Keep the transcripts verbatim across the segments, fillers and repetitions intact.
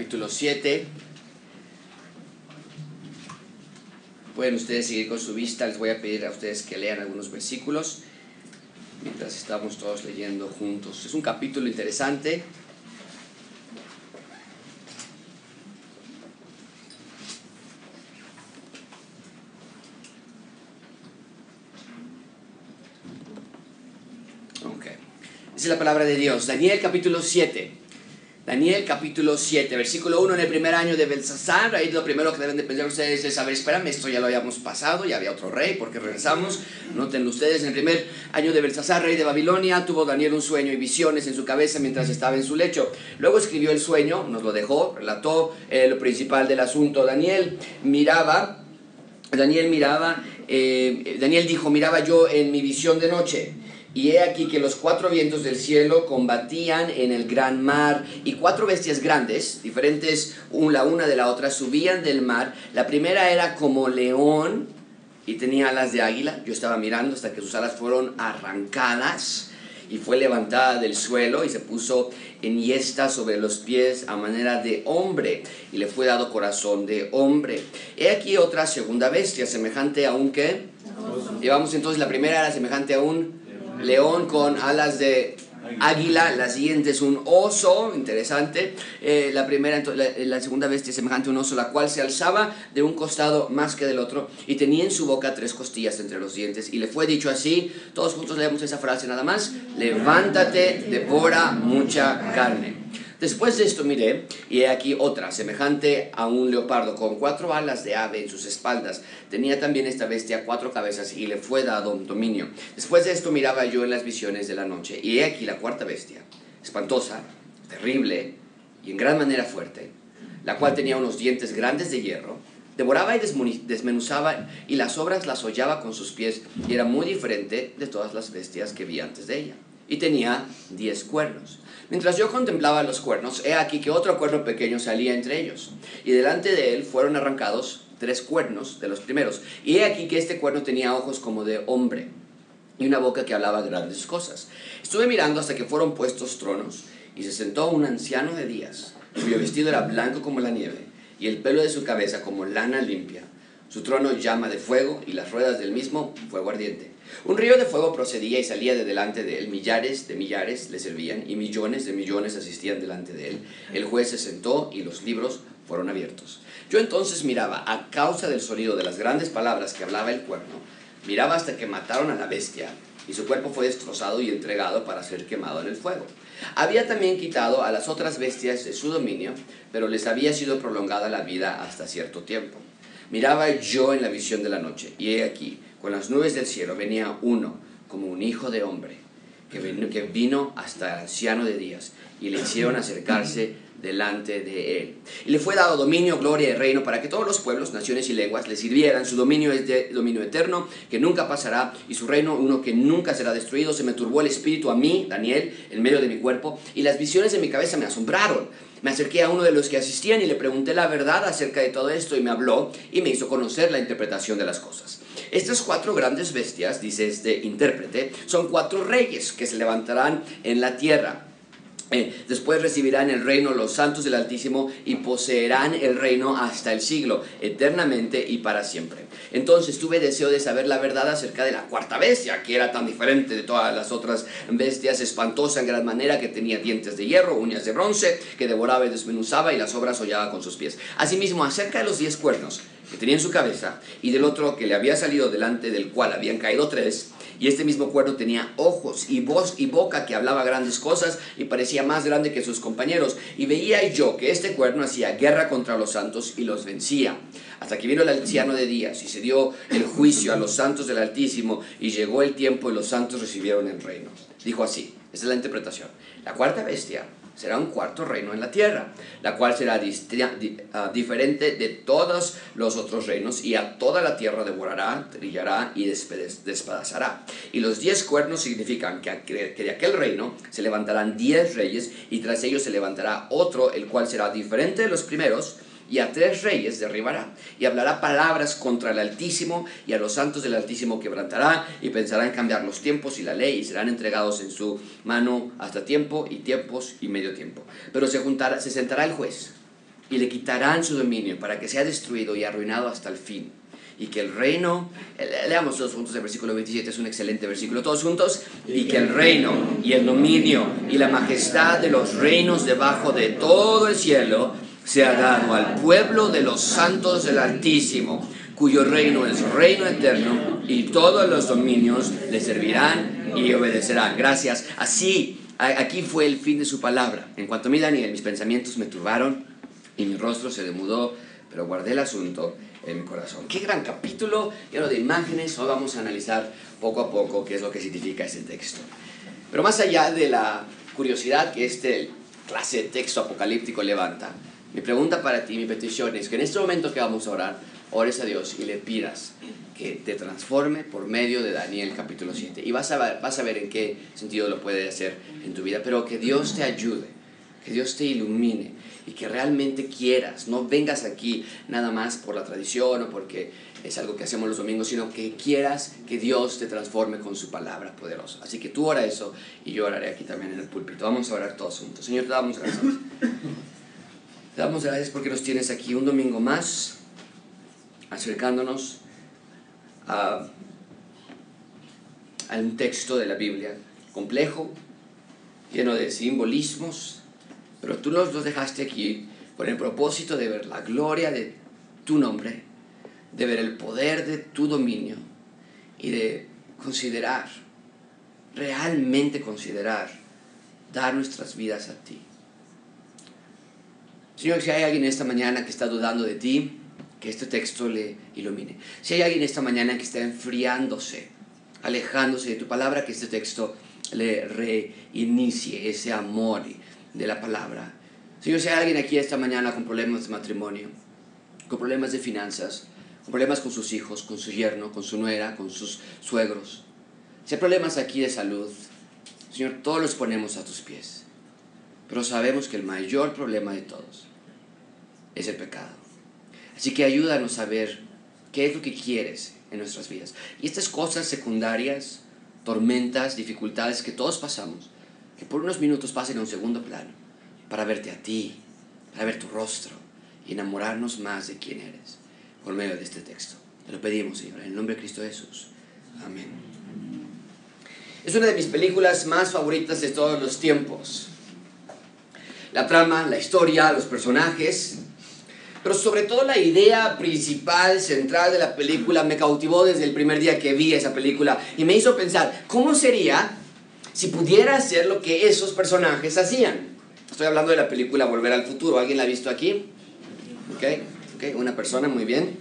capítulo siete. Pueden ustedes seguir con su vista. Les voy a pedir a ustedes que lean algunos versículos mientras estamos todos leyendo juntos. Es un capítulo interesante. Ok. Dice la palabra de Dios. Daniel capítulo siete. Daniel capítulo siete, versículo uno. En el primer año de Belsasar, ahí lo primero que deben de pensar ustedes es, a ver, espérame, esto ya lo habíamos pasado, ya había otro rey, porque regresamos. Noten ustedes, en el primer año de Belsasar, rey de Babilonia, tuvo Daniel un sueño y visiones en su cabeza mientras estaba en su lecho. Luego escribió el sueño, nos lo dejó, relató eh, lo principal del asunto. Daniel miraba, Daniel miraba, eh, Daniel dijo, miraba yo en mi visión de noche. Y he aquí que los cuatro vientos del cielo combatían en el gran mar, y cuatro bestias grandes, diferentes la una de la otra, subían del mar. La primera era como león y tenía alas de águila. Yo estaba mirando hasta que sus alas fueron arrancadas y fue levantada del suelo y se puso enhiesta sobre los pies a manera de hombre, y le fue dado corazón de hombre. He aquí otra segunda bestia, semejante a un ¿qué? Llevamos entonces, la primera era semejante a un león con alas de águila. La siguiente es un oso, interesante. Eh, la primera, la, la segunda bestia semejante a un oso, la cual se alzaba de un costado más que del otro, y tenía en su boca tres costillas entre los dientes. Y le fue dicho así, todos juntos leemos esa frase nada más: levántate, devora mucha carne. Después de esto miré, y he aquí otra, semejante a un leopardo, con cuatro alas de ave en sus espaldas. Tenía también esta bestia cuatro cabezas, y le fue dado dominio. Después de esto miraba yo en las visiones de la noche, y he aquí la cuarta bestia, espantosa, terrible, y en gran manera fuerte, la cual tenía unos dientes grandes de hierro. Devoraba y desmenuzaba, y las obras las hollaba con sus pies, y era muy diferente de todas las bestias que vi antes de ella. Y tenía diez cuernos. Mientras yo contemplaba los cuernos, he aquí que otro cuerno pequeño salía entre ellos, y delante de él fueron arrancados tres cuernos de los primeros. Y he aquí que este cuerno tenía ojos como de hombre, y una boca que hablaba grandes cosas. Estuve mirando hasta que fueron puestos tronos, y se sentó un anciano de días, cuyo vestido era blanco como la nieve, y el pelo de su cabeza como lana limpia. Su trono llama de fuego, y las ruedas del mismo fuego ardiente. Un río de fuego procedía y salía de delante de él. Millares de millares le servían, y millones de millones asistían delante de él. El juez se sentó, y los libros fueron abiertos. Yo entonces miraba, a causa del sonido de las grandes palabras que hablaba el cuerno, miraba hasta que mataron a la bestia, y su cuerpo fue destrozado y entregado para ser quemado en el fuego. Había también quitado a las otras bestias de su dominio, pero les había sido prolongada la vida hasta cierto tiempo. Miraba yo en la visión de la noche, y he aquí, con las nubes del cielo venía uno, como un hijo de hombre, que vino, que vino hasta el anciano de días, y le hicieron acercarse delante de él. Y le fue dado dominio, gloria y reino, para que todos los pueblos, naciones y lenguas le sirvieran. Su dominio es de dominio eterno, que nunca pasará, y su reino uno que nunca será destruido. Se me turbó el espíritu a mí, Daniel, en medio de mi cuerpo, y las visiones de mi cabeza me asombraron. Me acerqué a uno de los que asistían y le pregunté la verdad acerca de todo esto, y me habló y me hizo conocer la interpretación de las cosas. Estas cuatro grandes bestias, dice este intérprete, son cuatro reyes que se levantarán en la tierra. Eh, después recibirán el reino los santos del Altísimo, y poseerán el reino hasta el siglo, eternamente y para siempre. Entonces tuve deseo de saber la verdad acerca de la cuarta bestia, que era tan diferente de todas las otras bestias, espantosa en gran manera, que tenía dientes de hierro, uñas de bronce, que devoraba y desmenuzaba, y las obras hollaba con sus pies. Asimismo, acerca de los diez cuernos que tenía en su cabeza, y del otro que le había salido delante del cual habían caído tres, y este mismo cuerno tenía ojos y voz y boca que hablaba grandes cosas, y parecía más grande que sus compañeros. Y veía yo que este cuerno hacía guerra contra los santos y los vencía, hasta que vino el anciano de días, y se dio el juicio a los santos del Altísimo, y llegó el tiempo, y los santos recibieron el reino. Dijo así, esta es la interpretación: la cuarta bestia será un cuarto reino en la tierra, la cual será distra- di- uh, diferente de todos los otros reinos, y a toda la tierra devorará, trillará y despedaz- despedazará. Y los diez cuernos significan que, aquel, que de aquel reino se levantarán diez reyes, y tras ellos se levantará otro, el cual será diferente de los primeros, y a tres reyes derribará, y hablará palabras contra el Altísimo, y a los santos del Altísimo quebrantará, y pensará en cambiar los tiempos y la ley, y serán entregados en su mano hasta tiempo y tiempos y medio tiempo. Pero se juntará, se sentará el juez, y le quitarán su dominio para que sea destruido y arruinado hasta el fin. Y que el reino, leamos todos juntos el versículo veintisiete, es un excelente versículo, todos juntos. Y que el reino y el dominio y la majestad de los reinos debajo de todo el cielo sea dado al pueblo de los santos del Altísimo, cuyo reino es reino eterno, y todos los dominios le servirán y obedecerán. Gracias. Así, aquí fue el fin de su palabra. En cuanto a mí, Daniel, mis pensamientos me turbaron y mi rostro se demudó, pero guardé el asunto en mi corazón. Qué gran capítulo, lleno de imágenes. Hoy vamos a analizar poco a poco qué es lo que significa este texto. Pero más allá de la curiosidad que este clase de texto apocalíptico levanta, mi pregunta para ti, mi petición es que en este momento que vamos a orar, ores a Dios y le pidas que te transforme por medio de Daniel capítulo siete. Y vas a ver, vas a ver en qué sentido lo puede hacer en tu vida, pero que Dios te ayude, que Dios te ilumine y que realmente quieras, no vengas aquí nada más por la tradición o porque es algo que hacemos los domingos, sino que quieras que Dios te transforme con su palabra poderosa. Así que tú ora eso y yo oraré aquí también en el púlpito. Vamos a orar todos juntos. Señor, te damos gracias. Te damos gracias porque nos tienes aquí un domingo más, acercándonos a, a un texto de la Biblia complejo, lleno de simbolismos, pero tú nos los dejaste aquí con el propósito de ver la gloria de tu nombre, de ver el poder de tu dominio y de considerar, realmente considerar, dar nuestras vidas a ti. Señor, si hay alguien esta mañana que está dudando de ti, que este texto le ilumine. Si hay alguien esta mañana que está enfriándose, alejándose de tu palabra, que este texto le reinicie ese amor de la palabra. Señor, si hay alguien aquí esta mañana con problemas de matrimonio, con problemas de finanzas, con problemas con sus hijos, con su yerno, con su nuera, con sus suegros, si hay problemas aquí de salud, Señor, todos los ponemos a tus pies. Pero sabemos que el mayor problema de todos es el pecado. Así que ayúdanos a ver qué es lo que quieres en nuestras vidas. Y estas cosas secundarias, tormentas, dificultades que todos pasamos, que por unos minutos pasen a un segundo plano, para verte a ti, para ver tu rostro y enamorarnos más de quién eres, por medio de este texto. Te lo pedimos, Señor, en el nombre de Cristo Jesús. Amén. Es una de mis películas más favoritas de todos los tiempos. La trama, la historia, los personajes, pero sobre todo la idea principal, central de la película me cautivó desde el primer día que vi esa película y me hizo pensar, ¿cómo sería si pudiera hacer lo que esos personajes hacían? Estoy hablando de la película Volver al Futuro. ¿Alguien la ha visto aquí? Ok, okay, una persona, muy bien.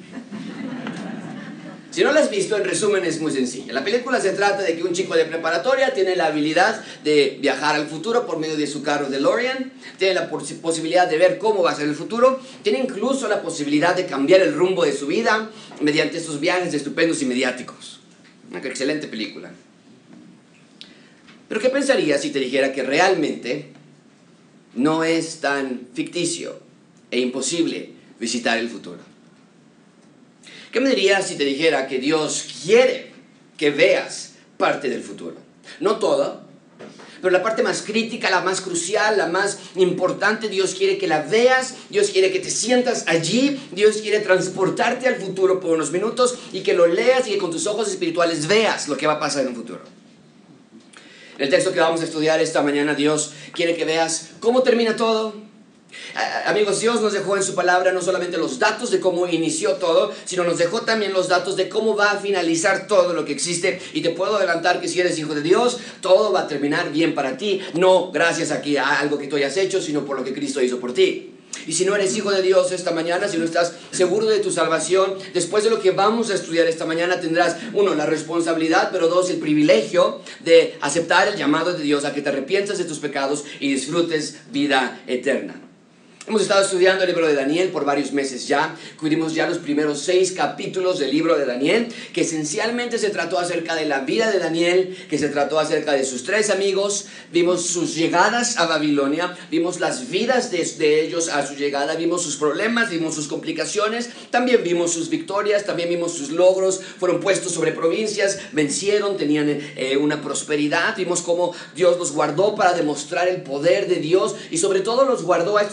Si no la has visto, en resumen es muy sencillo. La película se trata de que un chico de preparatoria tiene la habilidad de viajar al futuro por medio de su carro DeLorean, tiene la pos- posibilidad de ver cómo va a ser el futuro, tiene incluso la posibilidad de cambiar el rumbo de su vida mediante estos viajes estupendos y mediáticos. Una excelente película. Pero ¿qué pensarías si te dijera que realmente no es tan ficticio e imposible visitar el futuro? ¿Qué me dirías si te dijera que Dios quiere que veas parte del futuro? No todo, pero la parte más crítica, la más crucial, la más importante, Dios quiere que la veas, Dios quiere que te sientas allí, Dios quiere transportarte al futuro por unos minutos y que lo leas y que con tus ojos espirituales veas lo que va a pasar en un futuro. En el texto que vamos a estudiar esta mañana, Dios quiere que veas cómo termina todo. Amigos, Dios nos dejó en su palabra no solamente los datos de cómo inició todo, sino nos dejó también los datos de cómo va a finalizar todo lo que existe. Y te puedo adelantar que si eres hijo de Dios, todo va a terminar bien para ti, no gracias aquí a algo que tú hayas hecho, sino por lo que Cristo hizo por ti. Y si no eres hijo de Dios esta mañana, si no estás seguro de tu salvación, después de lo que vamos a estudiar esta mañana tendrás, uno, la responsabilidad, pero dos, el privilegio de aceptar el llamado de Dios a que te arrepientas de tus pecados y disfrutes vida eterna. Hemos estado estudiando el libro de Daniel por varios meses ya. Cubrimos ya los primeros seis capítulos del libro de Daniel, que esencialmente se trató acerca de la vida de Daniel, que se trató acerca de sus tres amigos. Vimos sus llegadas a Babilonia, vimos las vidas de, de ellos a su llegada, vimos sus problemas, vimos sus complicaciones, también vimos sus victorias, también vimos sus logros. Fueron puestos sobre provincias, vencieron, tenían eh, una prosperidad. Vimos cómo Dios los guardó para demostrar el poder de Dios y sobre todo los guardó a estos chicos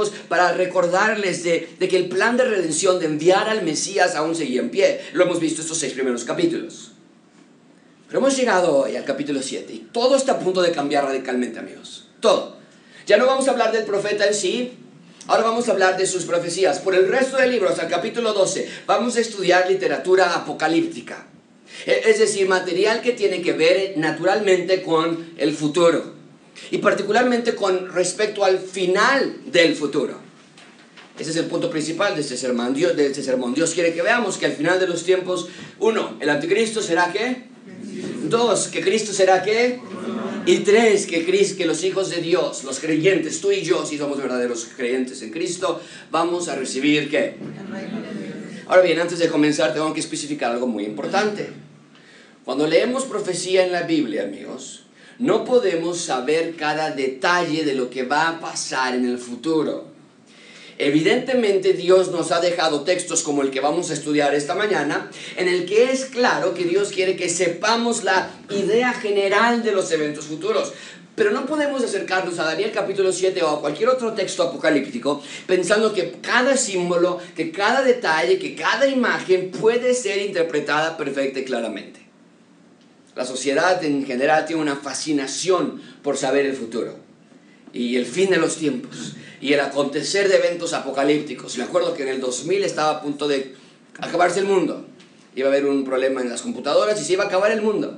tiempos para recordarles de, de que el plan de redención de enviar al Mesías aún seguía en pie. Lo hemos visto estos seis primeros capítulos. Pero hemos llegado hoy al capítulo siete y todo está a punto de cambiar radicalmente, amigos. Todo. Ya no vamos a hablar del profeta en sí, ahora vamos a hablar de sus profecías. Por el resto del libro, hasta el capítulo doce, vamos a estudiar literatura apocalíptica. Es decir, material que tiene que ver naturalmente con el futuro. Y particularmente con respecto al final del futuro. Ese es el punto principal de este sermón. Dios, de este sermón. Dios quiere que veamos que al final de los tiempos, uno, el anticristo será ¿qué? Dos, que Cristo será ¿qué? Y tres, que, Cristo, que los hijos de Dios, los creyentes, tú y yo, si somos verdaderos creyentes en Cristo, vamos a recibir ¿qué? Ahora bien, antes de comenzar tengo que especificar algo muy importante. Cuando leemos profecía en la Biblia, amigos, no podemos saber cada detalle de lo que va a pasar en el futuro. Evidentemente Dios nos ha dejado textos como el que vamos a estudiar esta mañana, en el que es claro que Dios quiere que sepamos la idea general de los eventos futuros. Pero no podemos acercarnos a Daniel capítulo siete o a cualquier otro texto apocalíptico pensando que cada símbolo, que cada detalle, que cada imagen puede ser interpretada perfecta y claramente. La sociedad en general tiene una fascinación por saber el futuro y el fin de los tiempos y el acontecer de eventos apocalípticos. Me acuerdo que en el dos mil estaba a punto de acabarse el mundo. Iba a haber un problema en las computadoras y se iba a acabar el mundo.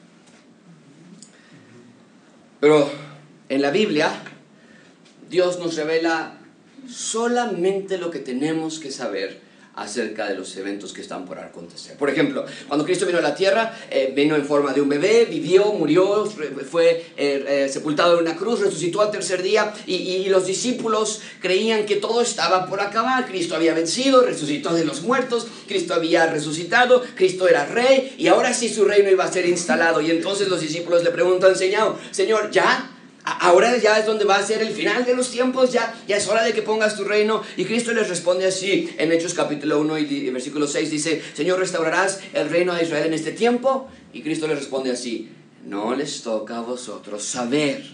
Pero en la Biblia, Dios nos revela solamente lo que tenemos que saber acerca de los eventos que están por acontecer. Por ejemplo, cuando Cristo vino a la tierra, eh, vino en forma de un bebé, vivió, murió, fue eh, eh, sepultado en una cruz, resucitó al tercer día y, y los discípulos creían que todo estaba por acabar. Cristo había vencido, resucitó de los muertos, Cristo había resucitado, Cristo era rey y ahora sí su reino iba a ser instalado. Y entonces los discípulos le preguntan, Señor, Señor, ¿ya? Ahora ya es donde va a ser el final de los tiempos, ya, ya es hora de que pongas tu reino. Y Cristo les responde así, en Hechos capítulo uno y versículo seis dice, Señor, ¿restaurarás el reino de Israel en este tiempo? Y Cristo les responde así, no les toca a vosotros saber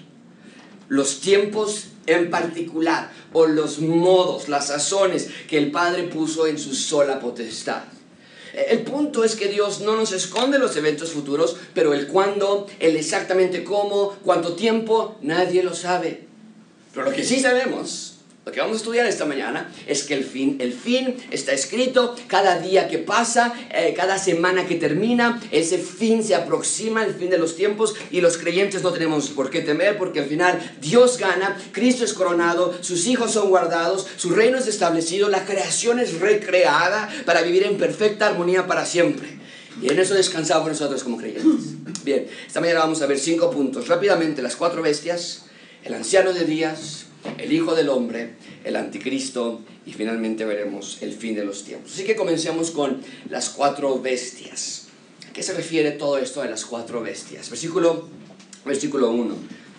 los tiempos en particular, o los modos, las sazones que el Padre puso en su sola potestad. El punto es que Dios no nos esconde los eventos futuros, pero el cuándo, el exactamente cómo, cuánto tiempo, nadie lo sabe. Pero lo que sí sabemos, lo que vamos a estudiar esta mañana, es que el fin, el fin está escrito. Cada día que pasa, eh, cada semana que termina, ese fin se aproxima, el fin de los tiempos, y los creyentes no tenemos por qué temer, porque al final Dios gana, Cristo es coronado, sus hijos son guardados, su reino es establecido, la creación es recreada para vivir en perfecta armonía para siempre. Y en eso descansamos nosotros como creyentes. Bien, esta mañana vamos a ver cinco puntos. Rápidamente, las cuatro bestias, el anciano de días, el Hijo del Hombre, el Anticristo y finalmente veremos el fin de los tiempos. Así que comencemos con las cuatro bestias. ¿A qué se refiere todo esto de las cuatro bestias? Versículo, versículo uno.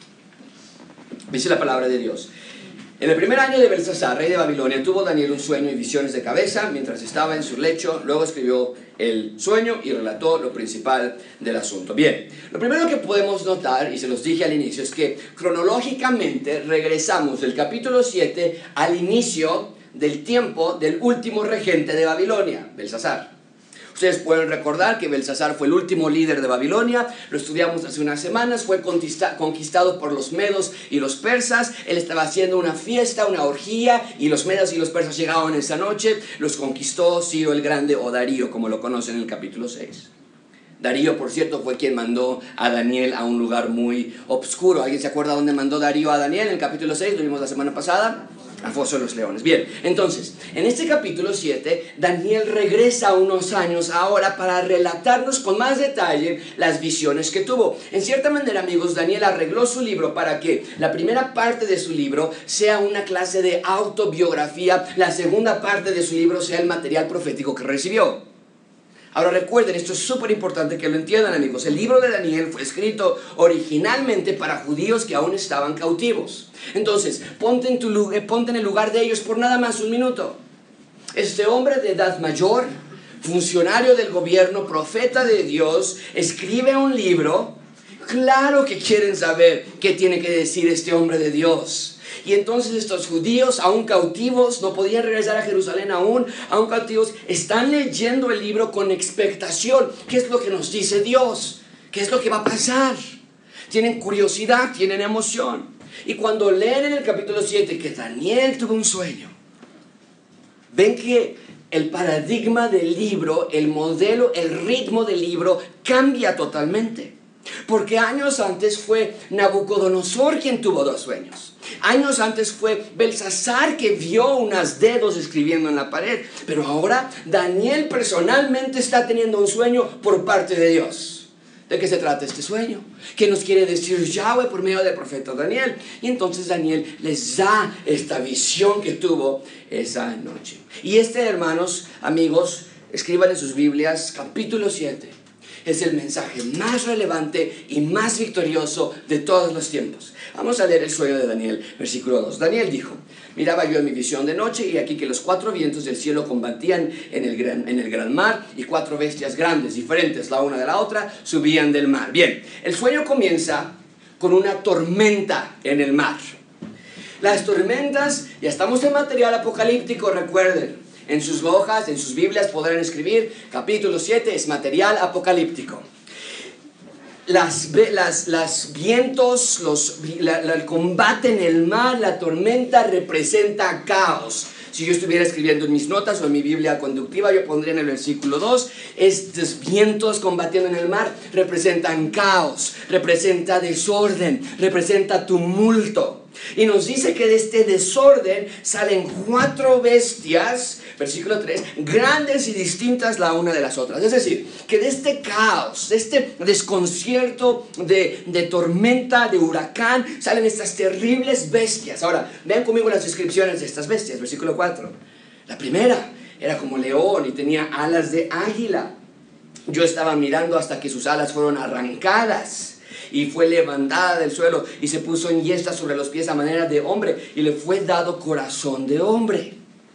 Dice la palabra de Dios. En el primer año de Belsasar, rey de Babilonia, tuvo Daniel un sueño y visiones de cabeza mientras estaba en su lecho. Luego escribió el sueño y relató lo principal del asunto. Bien, lo primero que podemos notar, y se los dije al inicio, es que cronológicamente regresamos del capítulo siete al inicio del tiempo del último regente de Babilonia, Belsasar. Ustedes pueden recordar que Belsasar fue el último líder de Babilonia, lo estudiamos hace unas semanas, fue conquistado por los medos y los persas. Él estaba haciendo una fiesta, una orgía, y los medos y los persas llegaron esa noche, los conquistó Ciro el Grande, o Darío, como lo conocen en el capítulo seis. Darío, por cierto, fue quien mandó a Daniel a un lugar muy oscuro. ¿Alguien se acuerda dónde mandó Darío a Daniel en el capítulo seis? Lo vimos la semana pasada. Al foso de los leones. Bien, entonces, en este capítulo siete, Daniel regresa unos años ahora para relatarnos con más detalle las visiones que tuvo. En cierta manera, amigos, Daniel arregló su libro para que la primera parte de su libro sea una clase de autobiografía, la segunda parte de su libro sea el material profético que recibió. Ahora recuerden, esto es súper importante que lo entiendan, amigos. El libro de Daniel fue escrito originalmente para judíos que aún estaban cautivos. Entonces, ponte en, tu lugar, ponte en el lugar de ellos por nada más un minuto. Este hombre de edad mayor, funcionario del gobierno, profeta de Dios, escribe un libro. Claro que quieren saber qué tiene que decir este hombre de Dios. Y entonces estos judíos, aún cautivos, no podían regresar a Jerusalén aún, aún cautivos, están leyendo el libro con expectación. ¿Qué es lo que nos dice Dios? ¿Qué es lo que va a pasar? Tienen curiosidad, tienen emoción. Y cuando leen en el capítulo siete que Daniel tuvo un sueño, ven que el paradigma del libro, el modelo, el ritmo del libro cambia totalmente. Porque años antes fue Nabucodonosor quien tuvo dos sueños. Años antes fue Belsasar que vio unos dedos escribiendo en la pared. Pero ahora Daniel personalmente está teniendo un sueño por parte de Dios. ¿De qué se trata este sueño? ¿Qué nos quiere decir Yahweh por medio del profeta Daniel? Y entonces Daniel les da esta visión que tuvo esa noche. Y este, hermanos, amigos, escriban en sus Biblias, capítulo siete. Es el mensaje más relevante y más victorioso de todos los tiempos. Vamos a leer el sueño de Daniel, versículo dos. Daniel dijo: miraba yo en mi visión de noche, y aquí que los cuatro vientos del cielo combatían en el, gran, en el gran mar, y cuatro bestias grandes, diferentes la una de la otra, subían del mar. Bien, el sueño comienza con una tormenta en el mar. Las tormentas, ya estamos en material apocalíptico, recuerden. En sus hojas, en sus Biblias podrán escribir, capítulo siete es material apocalíptico. Las, las, las vientos, los, la, la, el combate en el mar, la tormenta representa caos. Si yo estuviera escribiendo en mis notas o en mi Biblia conductiva, yo pondría en el versículo dos, estos vientos combatiendo en el mar representan caos, representa desorden, representa tumulto. Y nos dice que de este desorden salen cuatro bestias, versículo tres, grandes y distintas la una de las otras. Es decir, que de este caos, de este desconcierto, de, de tormenta, de huracán, salen estas terribles bestias. Ahora, vean conmigo las descripciones de estas bestias, versículo cuatro. La primera era como león y tenía alas de águila. Yo estaba mirando hasta que sus alas fueron arrancadas, y fue levantada del suelo y se puso en yestas sobre los pies a manera de hombre, y le fue dado corazón de hombre.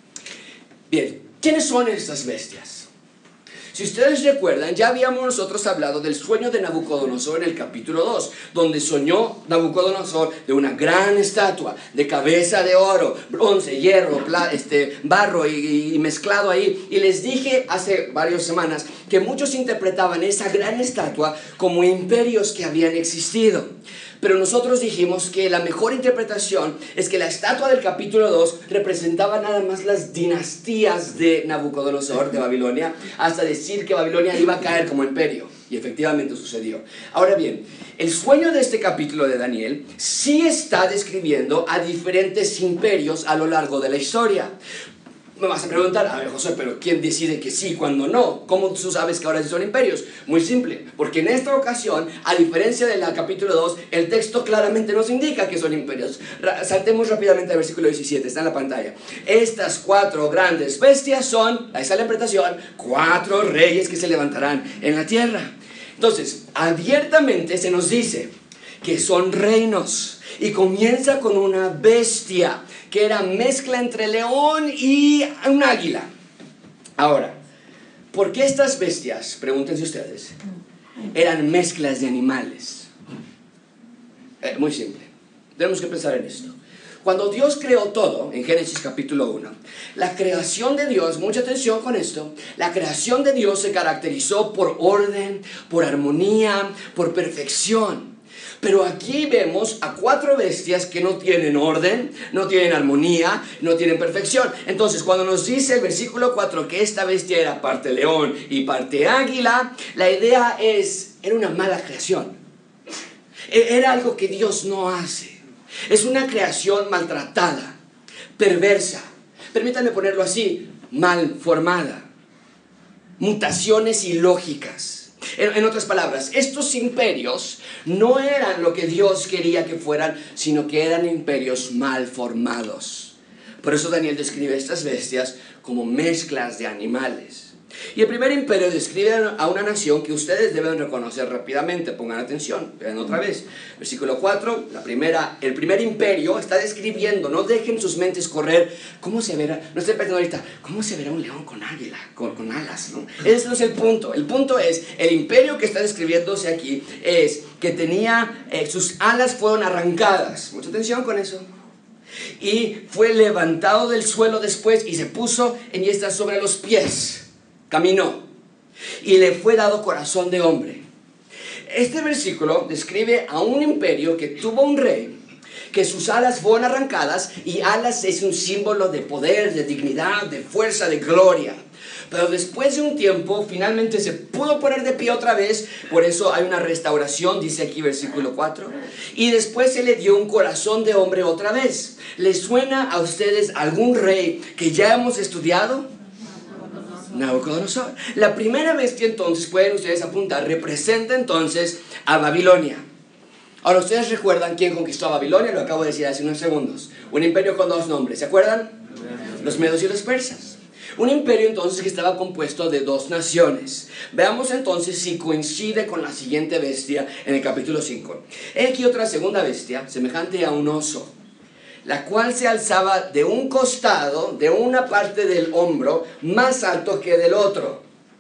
Bien, ¿quiénes son estas bestias? Si ustedes recuerdan, ya habíamos nosotros hablado del sueño de Nabucodonosor en el capítulo dos, donde soñó Nabucodonosor de una gran estatua de cabeza de oro, bronce, hierro, pla, este, barro y, y mezclado ahí. Y les dije hace varias semanas que muchos interpretaban esa gran estatua como imperios que habían existido. Pero nosotros dijimos que la mejor interpretación es que la estatua del capítulo dos representaba nada más las dinastías de Nabucodonosor de Babilonia, hasta decir que Babilonia iba a caer como imperio. Y efectivamente sucedió. Ahora bien, el sueño de este capítulo de Daniel sí está describiendo a diferentes imperios a lo largo de la historia. Me vas a preguntar, a ver, José, pero ¿quién decide que sí cuando no? ¿Cómo tú sabes que ahora sí son imperios? Muy simple, porque en esta ocasión, a diferencia del capítulo dos, el texto claramente nos indica que son imperios. Saltemos rápidamente al versículo diecisiete, está en la pantalla. Estas cuatro grandes bestias son, ahí está la interpretación, cuatro reyes que se levantarán en la tierra. Entonces, abiertamente se nos dice que son reinos, y comienza con una bestia que era mezcla entre león y un águila. Ahora, ¿por qué estas bestias, pregúntense ustedes, eran mezclas de animales? Eh, muy simple, tenemos que pensar en esto. Cuando Dios creó todo, en Génesis capítulo uno, la creación de Dios, mucha atención con esto, la creación de Dios se caracterizó por orden, por armonía, por perfección. Pero aquí vemos a cuatro bestias que no tienen orden, no tienen armonía, no tienen perfección. Entonces, cuando nos dice el versículo cuatro que esta bestia era parte león y parte águila, la idea es, era una mala creación. Era algo que Dios no hace. Es una creación maltratada, perversa. Permítanme ponerlo así, mal formada. Mutaciones ilógicas. En, en otras palabras, estos imperios no eran lo que Dios quería que fueran, sino que eran imperios mal formados. Por eso Daniel describe estas bestias como mezclas de animales. Y el primer imperio describe a una nación que ustedes deben reconocer rápidamente. Pongan atención, vean otra vez. Versículo cuatro, la primera, el primer imperio está describiendo, no dejen sus mentes correr. ¿Cómo se verá? No estoy pensando ahorita, ¿cómo se verá un león con águila, con, con alas? ¿No? Ese no es el punto. El punto es, el imperio que está describiéndose aquí es que tenía, eh, sus alas fueron arrancadas. Mucha atención con eso. Y fue levantado del suelo después y se puso en diestra sobre los pies. Caminó. Y le fue dado corazón de hombre. Este versículo describe a un imperio que tuvo un rey, que sus alas fueron arrancadas, y alas es un símbolo de poder, de dignidad, de fuerza, de gloria. Pero después de un tiempo, finalmente se pudo poner de pie otra vez. Por eso hay una restauración, dice aquí versículo cuatro. Y después se le dio un corazón de hombre otra vez. ¿Les suena a ustedes algún rey que ya hemos estudiado? Nabucodonosor. La primera bestia, entonces, pueden ustedes apuntar, representa entonces a Babilonia. Ahora, ¿ustedes recuerdan quién conquistó a Babilonia? Lo acabo de decir hace unos segundos. Un imperio con dos nombres, ¿se acuerdan? Los medos y los persas. Un imperio entonces que estaba compuesto de dos naciones. Veamos entonces si coincide con la siguiente bestia en el capítulo cinco. He aquí otra segunda bestia, semejante a un oso, la cual se alzaba de un costado, de una parte del hombro, más alto que del otro.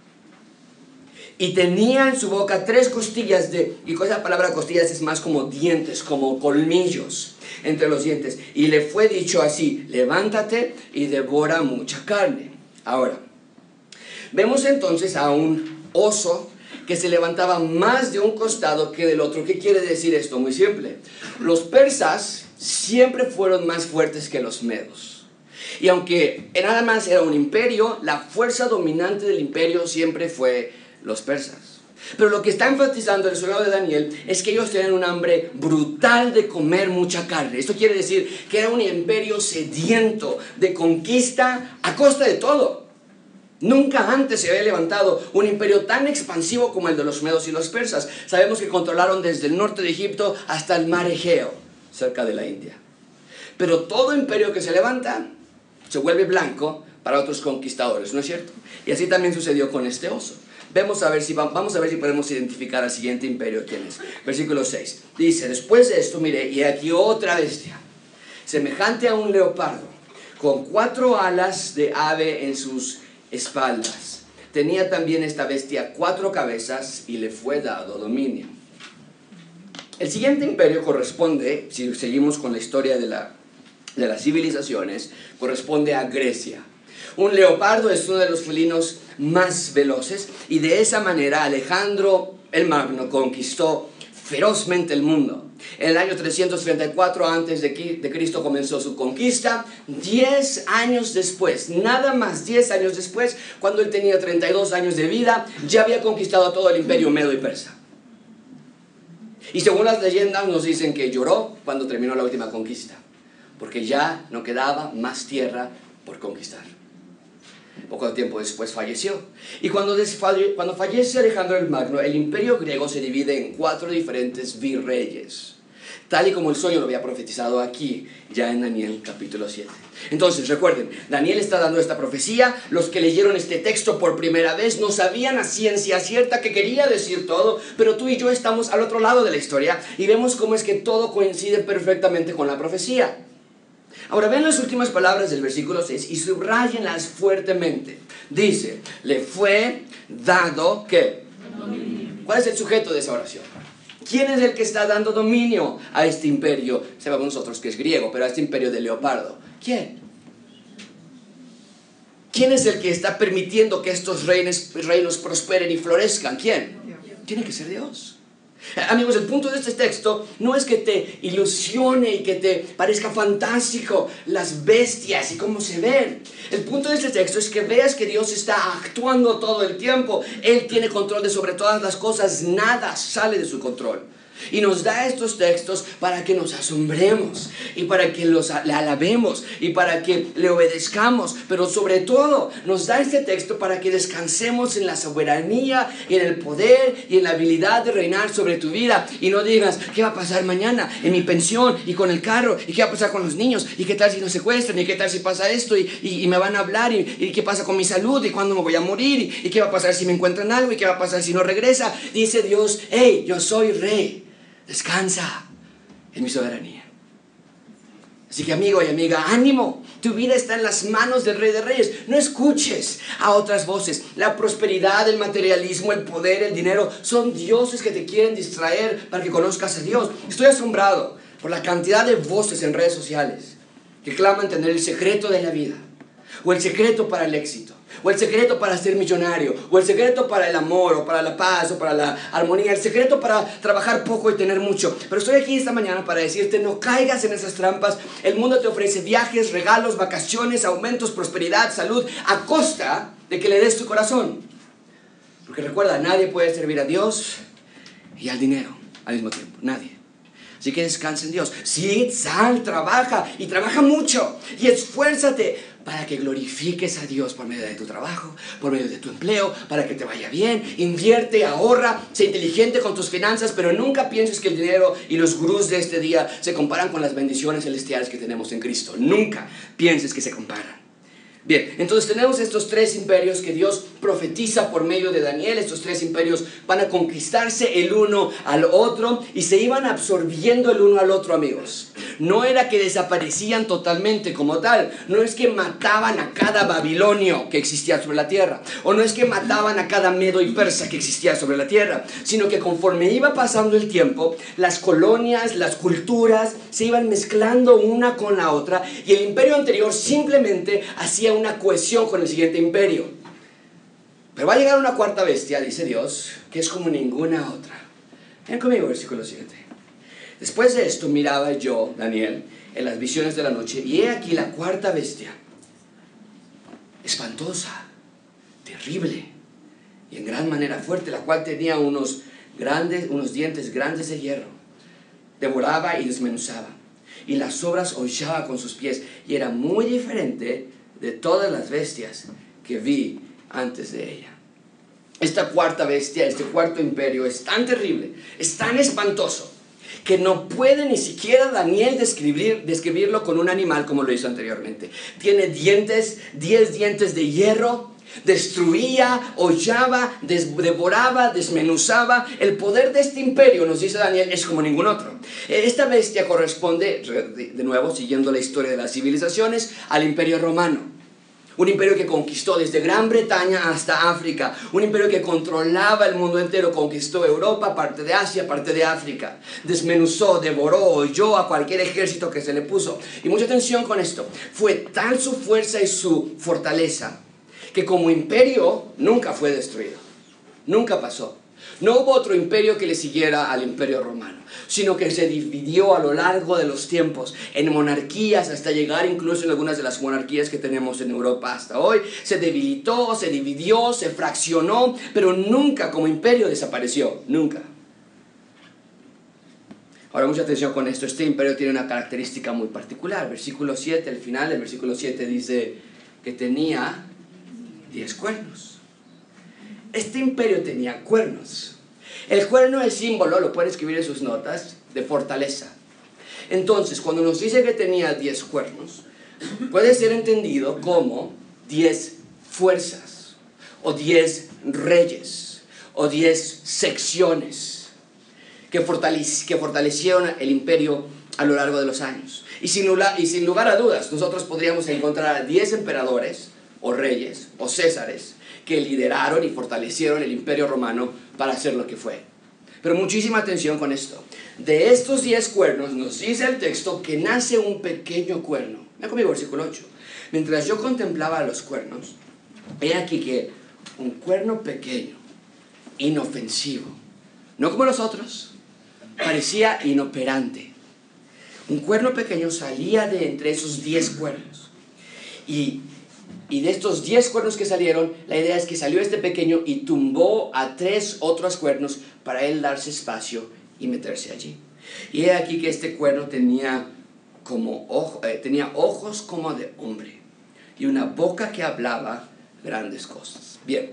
Y tenía en su boca tres costillas de... Y con esa palabra costillas es más como dientes, como colmillos entre los dientes. Y le fue dicho así: levántate y devora mucha carne. Ahora, vemos entonces a un oso que se levantaba más de un costado que del otro. ¿Qué quiere decir esto? Muy simple. Los persas siempre fueron más fuertes que los medos. Y aunque nada más era un imperio, la fuerza dominante del imperio siempre fue los persas. Pero lo que está enfatizando el soldado de Daniel es que ellos tenían un hambre brutal de comer mucha carne. Esto quiere decir que era un imperio sediento de conquista a costa de todo. Nunca antes se había levantado un imperio tan expansivo como el de los medos y los persas. Sabemos que controlaron desde el norte de Egipto hasta el mar Egeo, cerca de la India. Pero todo imperio que se levanta se vuelve blanco para otros conquistadores, ¿no es cierto? Y así también sucedió con este oso. Vamos a ver si, vamos a ver si podemos identificar al siguiente imperio quién es. Versículo seis. Dice: después de esto, mire, y aquí otra bestia, semejante a un leopardo, con cuatro alas de ave en sus espaldas. Tenía también esta bestia cuatro cabezas y le fue dado dominio. El siguiente imperio corresponde, si seguimos con la historia de, la, de las civilizaciones, corresponde a Grecia. Un leopardo es uno de los felinos más veloces, y de esa manera Alejandro el Magno conquistó ferozmente el mundo. En el año trescientos treinta y cuatro antes de Cristo comenzó su conquista. Diez años después, nada más diez años después, cuando él tenía treinta y dos años de vida, ya había conquistado todo el imperio medo y persa. Y según las leyendas nos dicen que lloró cuando terminó la última conquista, porque ya no quedaba más tierra por conquistar. Poco tiempo después falleció. Y cuando, desfalle, cuando fallece Alejandro el Magno, el imperio griego se divide en cuatro diferentes virreyes, tal y como el sueño lo había profetizado aquí, ya en Daniel capítulo siete. Entonces recuerden, Daniel está dando esta profecía. Los que leyeron este texto por primera vez no sabían a ciencia cierta que quería decir todo, pero tú y yo estamos al otro lado de la historia y vemos cómo es que todo coincide perfectamente con la profecía. Ahora ven las últimas palabras del versículo seis y subrayenlas fuertemente. Dice: le fue dado, ¿qué? Dominio. ¿Cuál es el sujeto de esa oración? ¿Quién es el que está dando dominio a este imperio? Sabemos nosotros que es griego, pero a este imperio de leopardo. ¿Quién? ¿Quién es el que está permitiendo que estos reinos, reinos prosperen y florezcan? ¿Quién? Tiene que ser Dios. Amigos, el punto de este texto no es que te ilusione y que te parezca fantástico las bestias y cómo se ven. El punto de este texto es que veas que Dios está actuando todo el tiempo. Él tiene control de sobre todas las cosas. Nada sale de su control. Y nos da estos textos para que nos asombremos y para que los, le alabemos y para que le obedezcamos. Pero sobre todo nos da este texto para que descansemos en la soberanía y en el poder y en la habilidad de reinar sobre tu vida. Y no digas: ¿qué va a pasar mañana en mi pensión y con el carro? ¿Y qué va a pasar con los niños? ¿Y qué tal si nos secuestran? ¿Y qué tal si pasa esto? ¿Y, y, y me van a hablar? ¿Y, ¿Y qué pasa con mi salud? ¿Y cuándo me voy a morir? ¿Y, ¿Y qué va a pasar si me encuentran algo? ¿Y qué va a pasar si no regresa? Dice Dios: hey, yo soy rey. Descansa en mi soberanía. Así que, amigo y amiga, ánimo. Tu vida está en las manos del Rey de Reyes. No escuches a otras voces. La prosperidad, el materialismo, el poder, el dinero son dioses que te quieren distraer para que conozcas a Dios. Estoy asombrado por la cantidad de voces en redes sociales que claman tener el secreto de la vida, o el secreto para el éxito, o el secreto para ser millonario, o el secreto para el amor, o para la paz, o para la armonía, el secreto para trabajar poco y tener mucho. Pero estoy aquí esta mañana para decirte, no caigas en esas trampas. El mundo te ofrece viajes, regalos, vacaciones, aumentos, prosperidad, salud, a costa de que le des tu corazón. Porque recuerda, nadie puede servir a Dios y al dinero al mismo tiempo, nadie. Así que descansa en Dios. Sí, sal, trabaja, y trabaja mucho, y esfuérzate para que glorifiques a Dios por medio de tu trabajo, por medio de tu empleo, para que te vaya bien. Invierte, ahorra, sé inteligente con tus finanzas, pero nunca pienses que el dinero y los gurús de este día se comparan con las bendiciones celestiales que tenemos en Cristo. Nunca pienses que se comparan. Bien, entonces tenemos estos tres imperios que Dios profetiza por medio de Daniel. Estos tres imperios van a conquistarse el uno al otro y se iban absorbiendo el uno al otro, amigos. No era que desaparecían totalmente como tal. No es que mataban a cada babilonio que existía sobre la tierra, o no es que mataban a cada medo y persa que existía sobre la tierra, sino que conforme iba pasando el tiempo, las colonias, las culturas se iban mezclando una con la otra, y el imperio anterior simplemente hacía una cohesión con el siguiente imperio. Pero va a llegar una cuarta bestia, dice Dios, que es como ninguna otra. Ven conmigo, versículo siete. Después de esto miraba yo, Daniel, en las visiones de la noche, y he aquí la cuarta bestia, espantosa, terrible y en gran manera fuerte, la cual tenía unos grandes, unos dientes grandes de hierro. Devoraba y desmenuzaba, y las sobras hollaba con sus pies, y era muy diferente de todas las bestias que vi antes de ella. Esta cuarta bestia, este cuarto imperio es tan terrible, es tan espantoso, que no puede ni siquiera Daniel describir, describirlo con un animal como lo hizo anteriormente. Tiene dientes, diez dientes de hierro, destruía, hollaba, des, devoraba, desmenuzaba. El poder de este imperio, nos dice Daniel, es como ningún otro. Esta bestia corresponde, de nuevo, siguiendo la historia de las civilizaciones, al imperio romano. Un imperio que conquistó desde Gran Bretaña hasta África. Un imperio que controlaba el mundo entero. Conquistó Europa, parte de Asia, parte de África. Desmenuzó, devoró, holló a cualquier ejército que se le puso. Y mucha atención con esto. Fue tal su fuerza y su fortaleza que como imperio nunca fue destruido. Nunca pasó. No hubo otro imperio que le siguiera al imperio romano, sino que se dividió a lo largo de los tiempos en monarquías, hasta llegar incluso en algunas de las monarquías que tenemos en Europa hasta hoy. Se debilitó, se dividió, se fraccionó, pero nunca como imperio desapareció, nunca. Ahora, mucha atención con esto. Este imperio tiene una característica muy particular. Versículo siete, al final del versículo siete dice que tenía diez cuernos. Este imperio tenía cuernos. El cuerno es símbolo, lo pueden escribir en sus notas, de fortaleza. Entonces, cuando nos dice que tenía diez cuernos, puede ser entendido como diez fuerzas, o diez reyes, o diez secciones que, fortalec- que fortalecieron el imperio a lo largo de los años. Y sin, y sin lugar a dudas, nosotros podríamos encontrar a diez emperadores, o reyes, o césares, que lideraron y fortalecieron el imperio romano para hacer lo que fue. Pero muchísima atención con esto. De estos diez cuernos nos dice el texto que nace un pequeño cuerno. Mira conmigo versículo ocho. Mientras yo contemplaba los cuernos, he aquí que un cuerno pequeño, inofensivo, no como los otros, parecía inoperante. Un cuerno pequeño salía de entre esos diez cuernos. Y Y de estos diez cuernos que salieron, la idea es que salió este pequeño y tumbó a tres otros cuernos para él darse espacio y meterse allí. Y he aquí que este cuerno tenía, como ojo, eh, tenía ojos como de hombre y una boca que hablaba grandes cosas. Bien,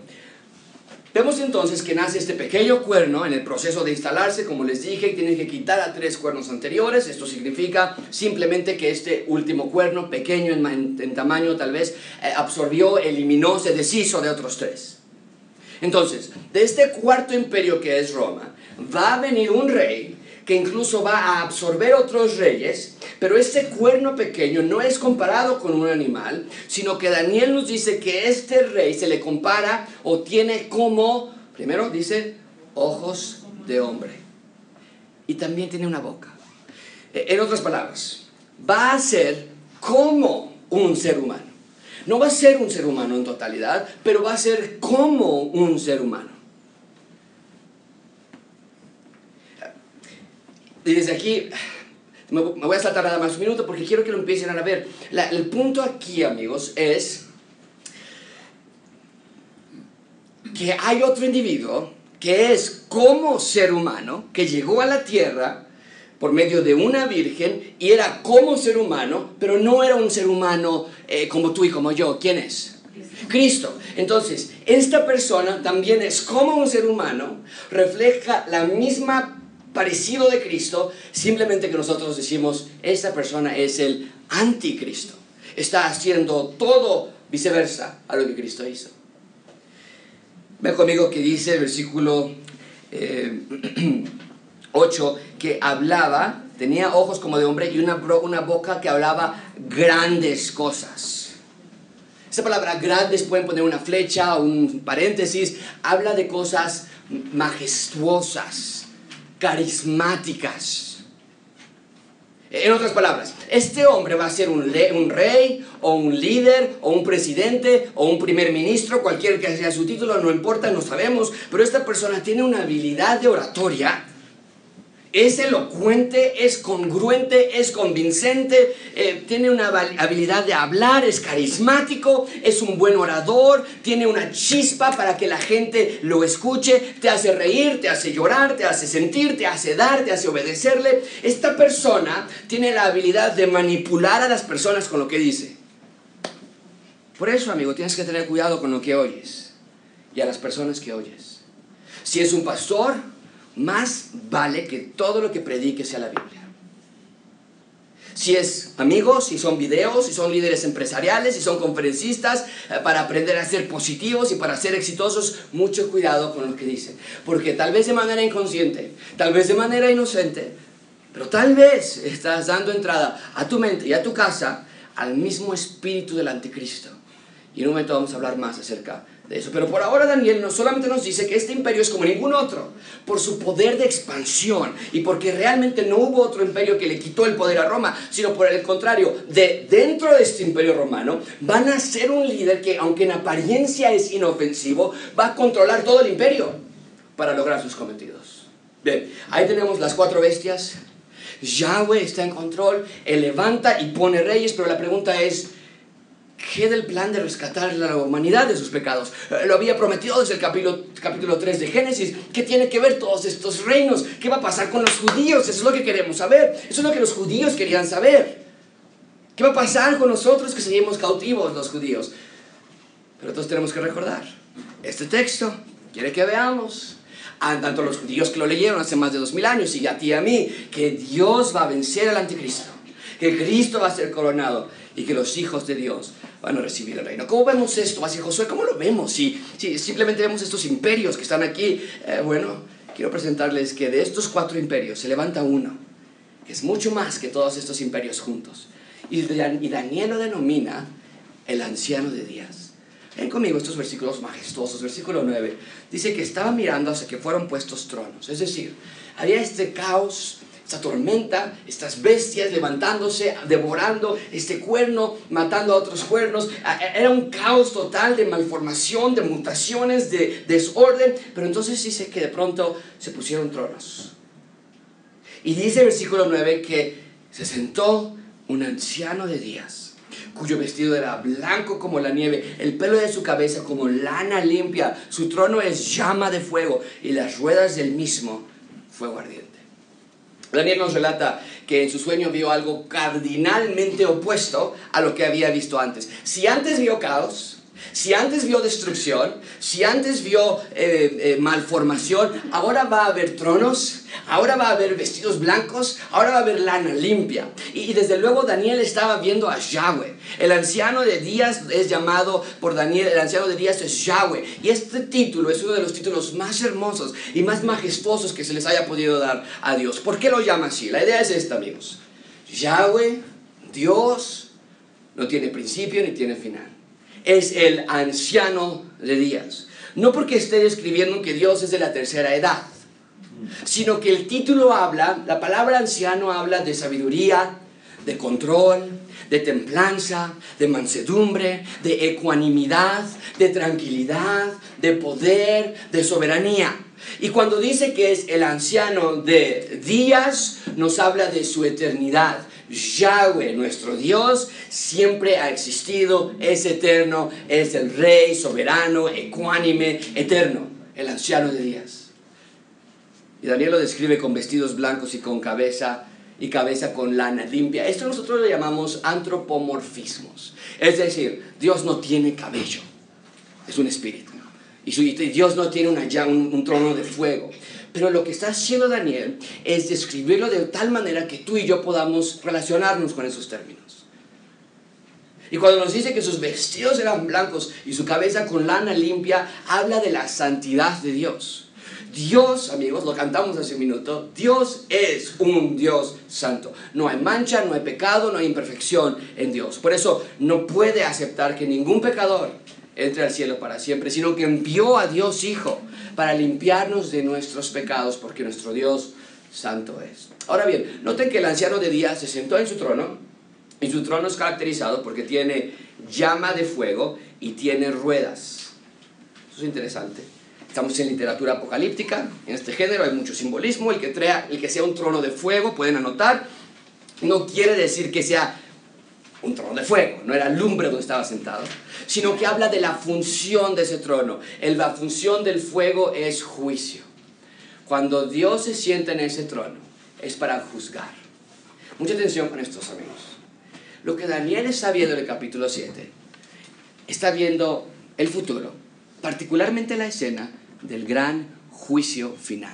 vemos entonces que nace este pequeño cuerno en el proceso de instalarse. Como les dije, tienen que quitar a tres cuernos anteriores. Esto significa simplemente que este último cuerno, pequeño en, en, en tamaño tal vez, eh, absorbió, eliminó, se deshizo de otros tres. Entonces, de este cuarto imperio que es Roma, va a venir un rey que incluso va a absorber otros reyes, pero este cuerno pequeño no es comparado con un animal, sino que Daniel nos dice que este rey se le compara o tiene como, primero dice, ojos de hombre, y también tiene una boca. En otras palabras, va a ser como un ser humano. No va a ser un ser humano en totalidad, pero va a ser como un ser humano. Y desde aquí, me voy a saltar nada más un minuto porque quiero que lo empiecen a ver. La, el punto aquí, amigos, es que hay otro individuo que es como ser humano, que llegó a la tierra por medio de una virgen y era como ser humano, pero no era un ser humano eh, como tú y como yo. ¿Quién es? Cristo. Cristo. Entonces, esta persona también es como un ser humano, refleja la misma parecido de Cristo, simplemente que nosotros decimos, esta persona es el anticristo. Está haciendo todo viceversa a lo que Cristo hizo. Ve conmigo que dice el versículo eh, ocho, que hablaba, tenía ojos como de hombre y una, una boca que hablaba grandes cosas. Esa palabra grandes, pueden poner una flecha o un paréntesis, habla de cosas majestuosas, carismáticas. En otras palabras, este hombre va a ser un, le- un rey, o un líder, o un presidente, o un primer ministro, cualquier que sea su título, no importa, no sabemos, pero esta persona tiene una habilidad de oratoria. Es elocuente, es congruente, es convincente, eh, tiene una habilidad de hablar, es carismático, es un buen orador, tiene una chispa para que la gente lo escuche, te hace reír, te hace llorar, te hace sentir, te hace dar, te hace obedecerle. Esta persona tiene la habilidad de manipular a las personas con lo que dice. Por eso, amigo, tienes que tener cuidado con lo que oyes y a las personas que oyes. Si es un pastor, más vale que todo lo que predique sea la Biblia. Si es amigos, si son videos, si son líderes empresariales, si son conferencistas, eh, para aprender a ser positivos y para ser exitosos, mucho cuidado con lo que dicen. Porque tal vez de manera inconsciente, tal vez de manera inocente, pero tal vez estás dando entrada a tu mente y a tu casa al mismo espíritu del anticristo. Y en un momento vamos a hablar más acerca de eso. Pero por ahora Daniel no solamente nos dice que este imperio es como ningún otro, por su poder de expansión y porque realmente no hubo otro imperio que le quitó el poder a Roma, sino por el contrario, de dentro de este imperio romano van a ser un líder que, aunque en apariencia es inofensivo, va a controlar todo el imperio para lograr sus cometidos. Bien, ahí tenemos las cuatro bestias. Yahweh está en control, él levanta y pone reyes, pero la pregunta es, ¿qué del plan de rescatar a la humanidad de sus pecados? Eh, lo había prometido desde el capítulo, capítulo tres de Génesis. ¿Qué tiene que ver todos estos reinos? ¿Qué va a pasar con los judíos? Eso es lo que queremos saber. Eso es lo que los judíos querían saber. ¿Qué va a pasar con nosotros que seguimos cautivos, los judíos? Pero todos tenemos que recordar, este texto quiere que veamos, tanto los judíos que lo leyeron hace más de dos mil años y a ti y a mí, que Dios va a vencer al anticristo, que Cristo va a ser coronado y que los hijos de Dios van a recibir el reino. ¿Cómo vemos esto? Así, Josué, ¿cómo lo vemos? Si, si simplemente vemos estos imperios que están aquí, eh, bueno, quiero presentarles que de estos cuatro imperios se levanta uno, que es mucho más que todos estos imperios juntos. Y, y Daniel lo denomina el anciano de días. Ven conmigo estos versículos majestuosos. Versículo nueve, dice que estaba mirando hacia que fueron puestos tronos. Es decir, había este caos, esta tormenta, estas bestias levantándose, devorando este cuerno, matando a otros cuernos. Era un caos total de malformación, de mutaciones, de desorden. Pero entonces dice que de pronto se pusieron tronos. Y dice el versículo nueve que se sentó un anciano de días, cuyo vestido era blanco como la nieve, el pelo de su cabeza como lana limpia. Su trono es llama de fuego y las ruedas del mismo fuego ardiente. Daniel nos relata que en su sueño vio algo cardinalmente opuesto a lo que había visto antes. Si antes vio caos, si antes vio destrucción, si antes vio eh, eh, malformación, ahora va a haber tronos, ahora va a haber vestidos blancos, ahora va a haber lana limpia. Y, y desde luego Daniel estaba viendo a Yahweh. El anciano de días es llamado por Daniel, el anciano de días es Yahweh. Y este título es uno de los títulos más hermosos y más majestuosos que se les haya podido dar a Dios. ¿Por qué lo llama así? La idea es esta, amigos. Yahweh, Dios, no tiene principio ni tiene final. Es el anciano de días. No porque esté describiendo que Dios es de la tercera edad, sino que el título habla, la palabra anciano habla de sabiduría, de control, de templanza, de mansedumbre, de ecuanimidad, de tranquilidad, de poder, de soberanía. Y cuando dice que es el anciano de días, nos habla de su eternidad. Yahweh, nuestro Dios, siempre ha existido, es eterno, es el Rey soberano, ecuánime, eterno, el anciano de días. Y Daniel lo describe con vestidos blancos y con cabeza y cabeza con lana limpia. Esto nosotros lo llamamos antropomorfismos. Es decir, Dios no tiene cabello, es un espíritu. Y, su, y Dios no tiene una, ya un, un trono de fuego. Pero lo que está haciendo Daniel es describirlo de tal manera que tú y yo podamos relacionarnos con esos términos. Y cuando nos dice que sus vestidos eran blancos y su cabeza con lana limpia, habla de la santidad de Dios. Dios, amigos, lo cantamos hace un minuto, Dios es un Dios santo. No hay mancha, no hay pecado, no hay imperfección en Dios. Por eso no puede aceptar que ningún pecador entre al cielo para siempre, sino que envió a Dios Hijo para limpiarnos de nuestros pecados, porque nuestro Dios santo es. Ahora bien, noten que el anciano de días se sentó en su trono, y su trono es caracterizado porque tiene llama de fuego y tiene ruedas. Eso es interesante. Estamos en literatura apocalíptica, en este género hay mucho simbolismo. El que, trea, el que sea un trono de fuego, pueden anotar, no quiere decir que sea un trono de fuego, no era lumbre donde estaba sentado, sino que habla de la función de ese trono. La función del fuego es juicio. Cuando Dios se sienta en ese trono, es para juzgar. Mucha atención con estos amigos. Lo que Daniel está viendo en el capítulo siete, está viendo el futuro, particularmente la escena del gran juicio final.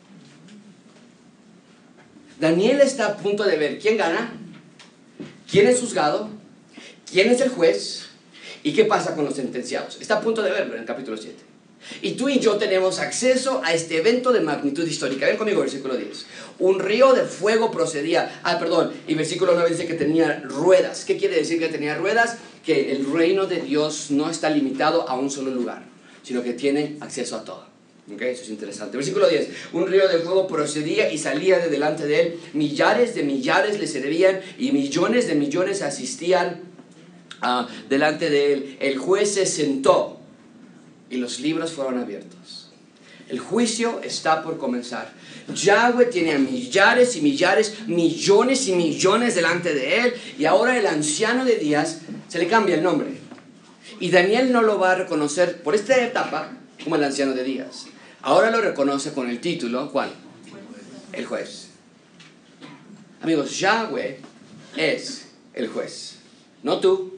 Daniel está a punto de ver quién gana, quién es juzgado, quién es el juez y qué pasa con los sentenciados. Está a punto de verlo en el capítulo siete. Y tú y yo tenemos acceso a este evento de magnitud histórica. Ven conmigo, versículo diez. Un río de fuego procedía. Ah, perdón. Y versículo nueve dice que tenía ruedas. ¿Qué quiere decir que tenía ruedas? Que el reino de Dios no está limitado a un solo lugar, sino que tiene acceso a todo. ¿Okay? Eso es interesante. Versículo diez. Un río de fuego procedía y salía de delante de él. Millares de millares le servían y millones de millones asistían uh, delante de él. El juez se sentó y los libros fueron abiertos. El juicio está por comenzar. Yahweh tiene a millares y millares, millones y millones delante de él, y ahora el anciano de días se le cambia el nombre. Y Daniel no lo va a reconocer por esta etapa como el anciano de días. Ahora lo reconoce con el título, ¿cuál? El juez. Amigos, Yahweh es el juez. No tú,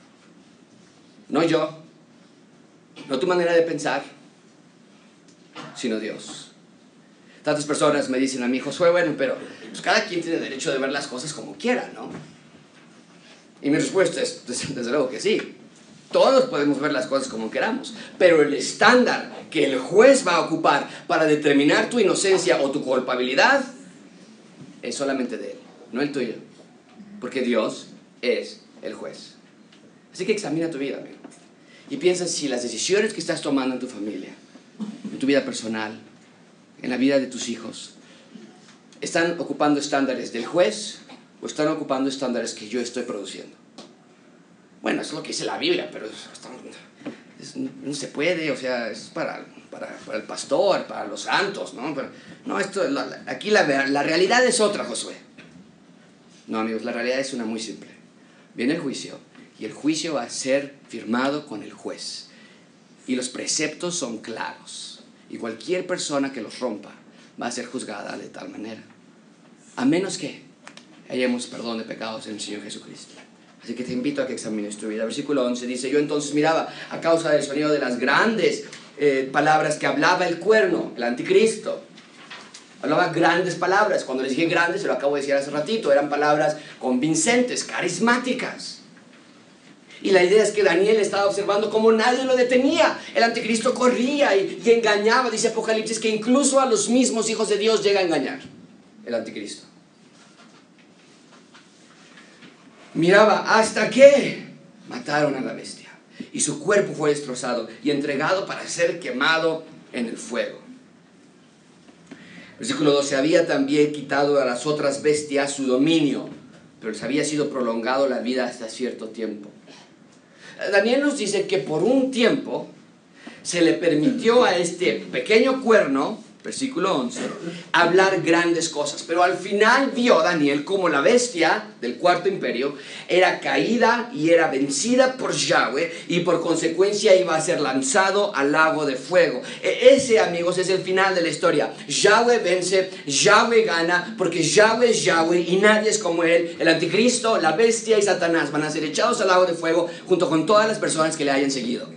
no yo, no tu manera de pensar, sino Dios. Tantas personas me dicen a mí, Josué, bueno, pero pues cada quien tiene derecho de ver las cosas como quiera, ¿no? Y mi respuesta es, desde luego que sí. Todos podemos ver las cosas como queramos, pero el estándar que el juez va a ocupar para determinar tu inocencia o tu culpabilidad es solamente de él, no el tuyo, porque Dios es el juez. Así que examina tu vida, amigo, y piensa si las decisiones que estás tomando en tu familia, en tu vida personal, en la vida de tus hijos, están ocupando estándares del juez o están ocupando estándares que yo estoy produciendo. Bueno, eso es lo que dice la Biblia, pero es, es, no se puede, o sea, es para, para, para el pastor, para los santos, ¿no? Pero, no, esto, la, la, aquí la, la realidad es otra, Josué. No, amigos, la realidad es una muy simple. Viene el juicio, y el juicio va a ser firmado con el juez. Y los preceptos son claros. Y cualquier persona que los rompa va a ser juzgada de tal manera. A menos que hallemos perdón de pecados en el Señor Jesucristo. Así que te invito a que examines tu vida. Versículo once dice, yo entonces miraba a causa del sonido de las grandes eh, palabras que hablaba el cuerno, el anticristo. Hablaba grandes palabras. Cuando les dije grandes, se lo acabo de decir hace ratito, eran palabras convincentes, carismáticas. Y la idea es que Daniel estaba observando cómo nadie lo detenía. El anticristo corría y, y engañaba. Dice Apocalipsis que incluso a los mismos hijos de Dios llega a engañar el anticristo. Miraba hasta que mataron a la bestia y su cuerpo fue destrozado y entregado para ser quemado en el fuego. Versículo doce, había también quitado a las otras bestias su dominio. pero les había sido prolongado la vida hasta cierto tiempo. Daniel nos dice que por un tiempo se le permitió a este pequeño cuerno, versículo once, hablar grandes cosas. Pero al final vio Daniel como la bestia del cuarto imperio era caída y era vencida por Yahweh, y por consecuencia iba a ser lanzado al lago de fuego. Ese, amigos, es el final de la historia. Yahweh vence, Yahweh gana, porque Yahweh es Yahweh y nadie es como él. El anticristo, la bestia y Satanás van a ser echados al lago de fuego junto con todas las personas que le hayan seguido.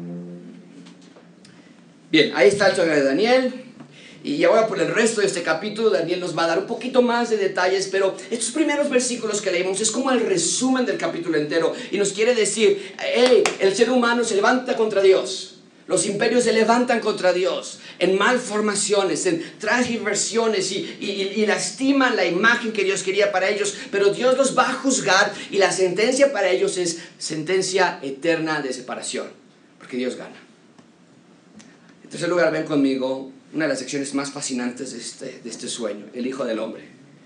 Bien, ahí está el sueño de Daniel. Y ahora por el resto de este capítulo Daniel nos va a dar un poquito más de detalles, pero estos primeros versículos que leímos es como el resumen del capítulo entero, y nos quiere decir, hey, el ser humano se levanta contra Dios, los imperios se levantan contra Dios en malformaciones, en transversiones, y, y, y lastiman la imagen que Dios quería para ellos, pero Dios los va a juzgar, y la sentencia para ellos es sentencia eterna de separación, porque Dios gana. En tercer lugar, ven conmigo una de las secciones más fascinantes de este, de este sueño, el Hijo del Hombre.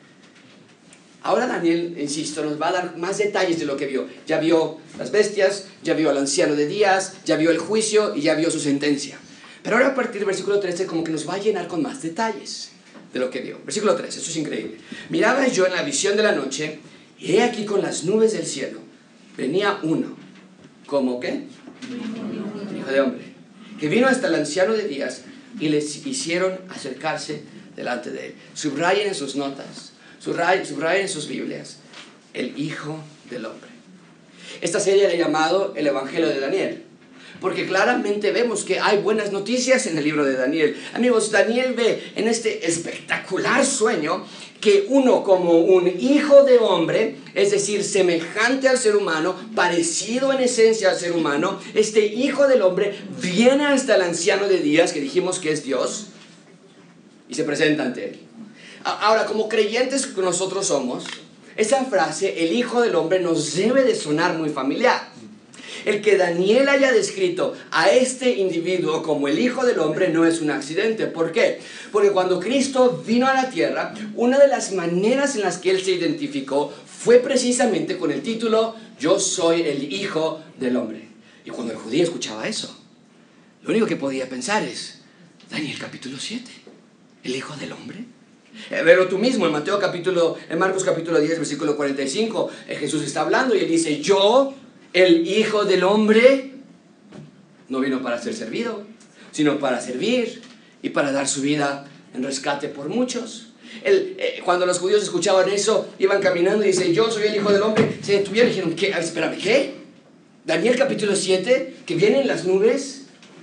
Ahora Daniel, insisto, nos va a dar más detalles de lo que vio. Ya vio las bestias, ya vio al anciano de días, ya vio el juicio y ya vio su sentencia. Pero ahora a partir del versículo trece como que nos va a llenar con más detalles de lo que vio. Versículo trece, esto es increíble. Miraba yo en la visión de la noche, y he aquí con las nubes del cielo venía uno, ¿como qué? Hijo de hombre, que vino hasta el anciano de días, y les hicieron acercarse delante de él. Subrayen en sus notas, subrayen, subrayen en sus Biblias, el Hijo del Hombre. Esta serie la he llamado el Evangelio de Daniel, porque claramente vemos que hay buenas noticias en el libro de Daniel. Amigos, Daniel ve en este espectacular sueño que uno como un hijo de hombre, es decir, semejante al ser humano, parecido en esencia al ser humano, este hijo del hombre viene hasta el anciano de días, que dijimos que es Dios, y se presenta ante él. Ahora, como creyentes que nosotros somos, esa frase, el Hijo del Hombre, nos debe de sonar muy familiar. El que Daniel haya descrito a este individuo como el Hijo del Hombre no es un accidente. ¿Por qué? Porque cuando Cristo vino a la tierra, una de las maneras en las que Él se identificó fue precisamente con el título, yo soy el Hijo del Hombre. Y cuando el judío escuchaba eso, lo único que podía pensar es, Daniel capítulo siete, el Hijo del Hombre. Eh, Velo tú mismo en Mateo capítulo, en Marcos capítulo diez, versículo cuarenta y cinco, eh, Jesús está hablando y Él dice, yo, el Hijo del Hombre, no vino para ser servido, sino para servir y para dar su vida en rescate por muchos. Él, eh, cuando los judíos escuchaban eso, iban caminando y dice, yo soy el Hijo del Hombre, se detuvieron y dijeron, ¿qué? A ver, espérame, ¿qué? Daniel capítulo siete, que viene en las nubes,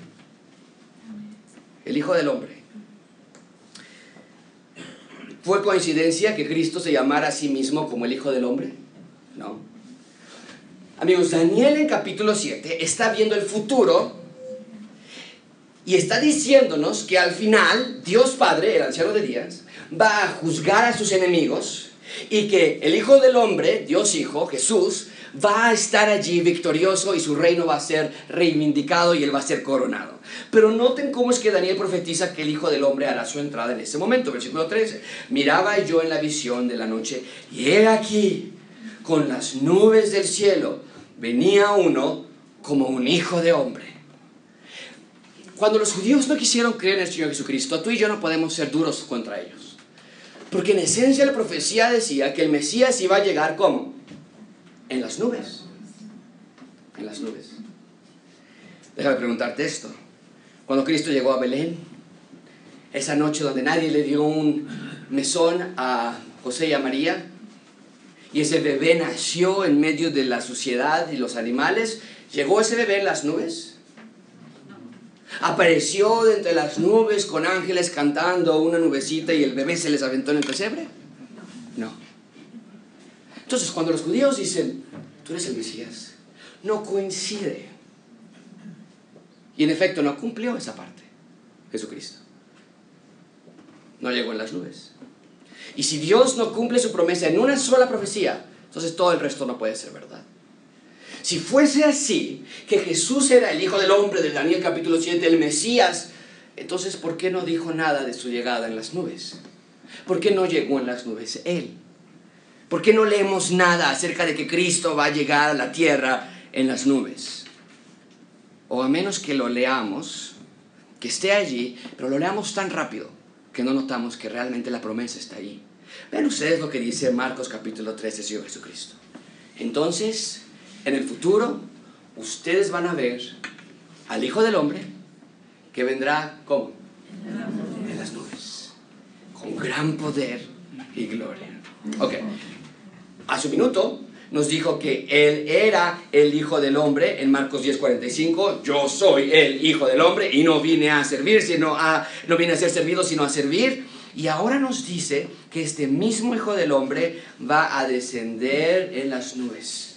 el Hijo del Hombre. ¿Fue coincidencia que Cristo se llamara a sí mismo como el Hijo del Hombre? No. Amigos, Daniel en capítulo siete está viendo el futuro y está diciéndonos que al final Dios Padre, el anciano de días, va a juzgar a sus enemigos, y que el Hijo del Hombre, Dios Hijo, Jesús, va a estar allí victorioso y su reino va a ser reivindicado y Él va a ser coronado. Pero noten cómo es que Daniel profetiza que el Hijo del Hombre hará su entrada en ese momento. Versículo trece, miraba yo en la visión de la noche, y he aquí, con las nubes del cielo, venía uno como un Hijo de Hombre. Cuando los judíos no quisieron creer en el Señor Jesucristo, tú y yo no podemos ser duros contra ellos, porque en esencia la profecía decía que el Mesías iba a llegar ¿cómo? En las nubes. En las nubes. Déjame preguntarte esto. Cuando Cristo llegó a Belén, esa noche donde nadie le dio un mesón a José y a María, y ese bebé nació en medio de la suciedad y los animales, ¿llegó ese bebé en las nubes? ¿Apareció de entre las nubes con ángeles cantando una nubecita y el bebé se les aventó en el pesebre? No. Entonces, cuando los judíos dicen, tú eres el Mesías, no coincide. Y en efecto, no cumplió esa parte, Jesucristo. No llegó en las nubes. Y si Dios no cumple su promesa en una sola profecía, entonces todo el resto no puede ser verdad. Si fuese así, que Jesús era el Hijo del Hombre de Daniel capítulo siete, el Mesías, entonces ¿por qué no dijo nada de su llegada en las nubes? ¿Por qué no llegó en las nubes Él? ¿Por qué no leemos nada acerca de que Cristo va a llegar a la tierra en las nubes? O a menos que lo leamos, que esté allí, pero lo leamos tan rápido que no notamos que realmente la promesa está allí. Vean ustedes lo que dice Marcos capítulo tres del Señor Jesucristo. Entonces, en el futuro, ustedes van a ver al Hijo del Hombre que vendrá, ¿cómo? En las nubes, con gran poder y gloria. Ok, hace un minuto nos dijo que Él era el Hijo del Hombre en Marcos diez cuarenta y cinco. Yo soy el Hijo del Hombre y no vine a servir, sino a, no vine a ser servido, sino a servir. Y ahora nos dice que este mismo Hijo del Hombre va a descender en las nubes.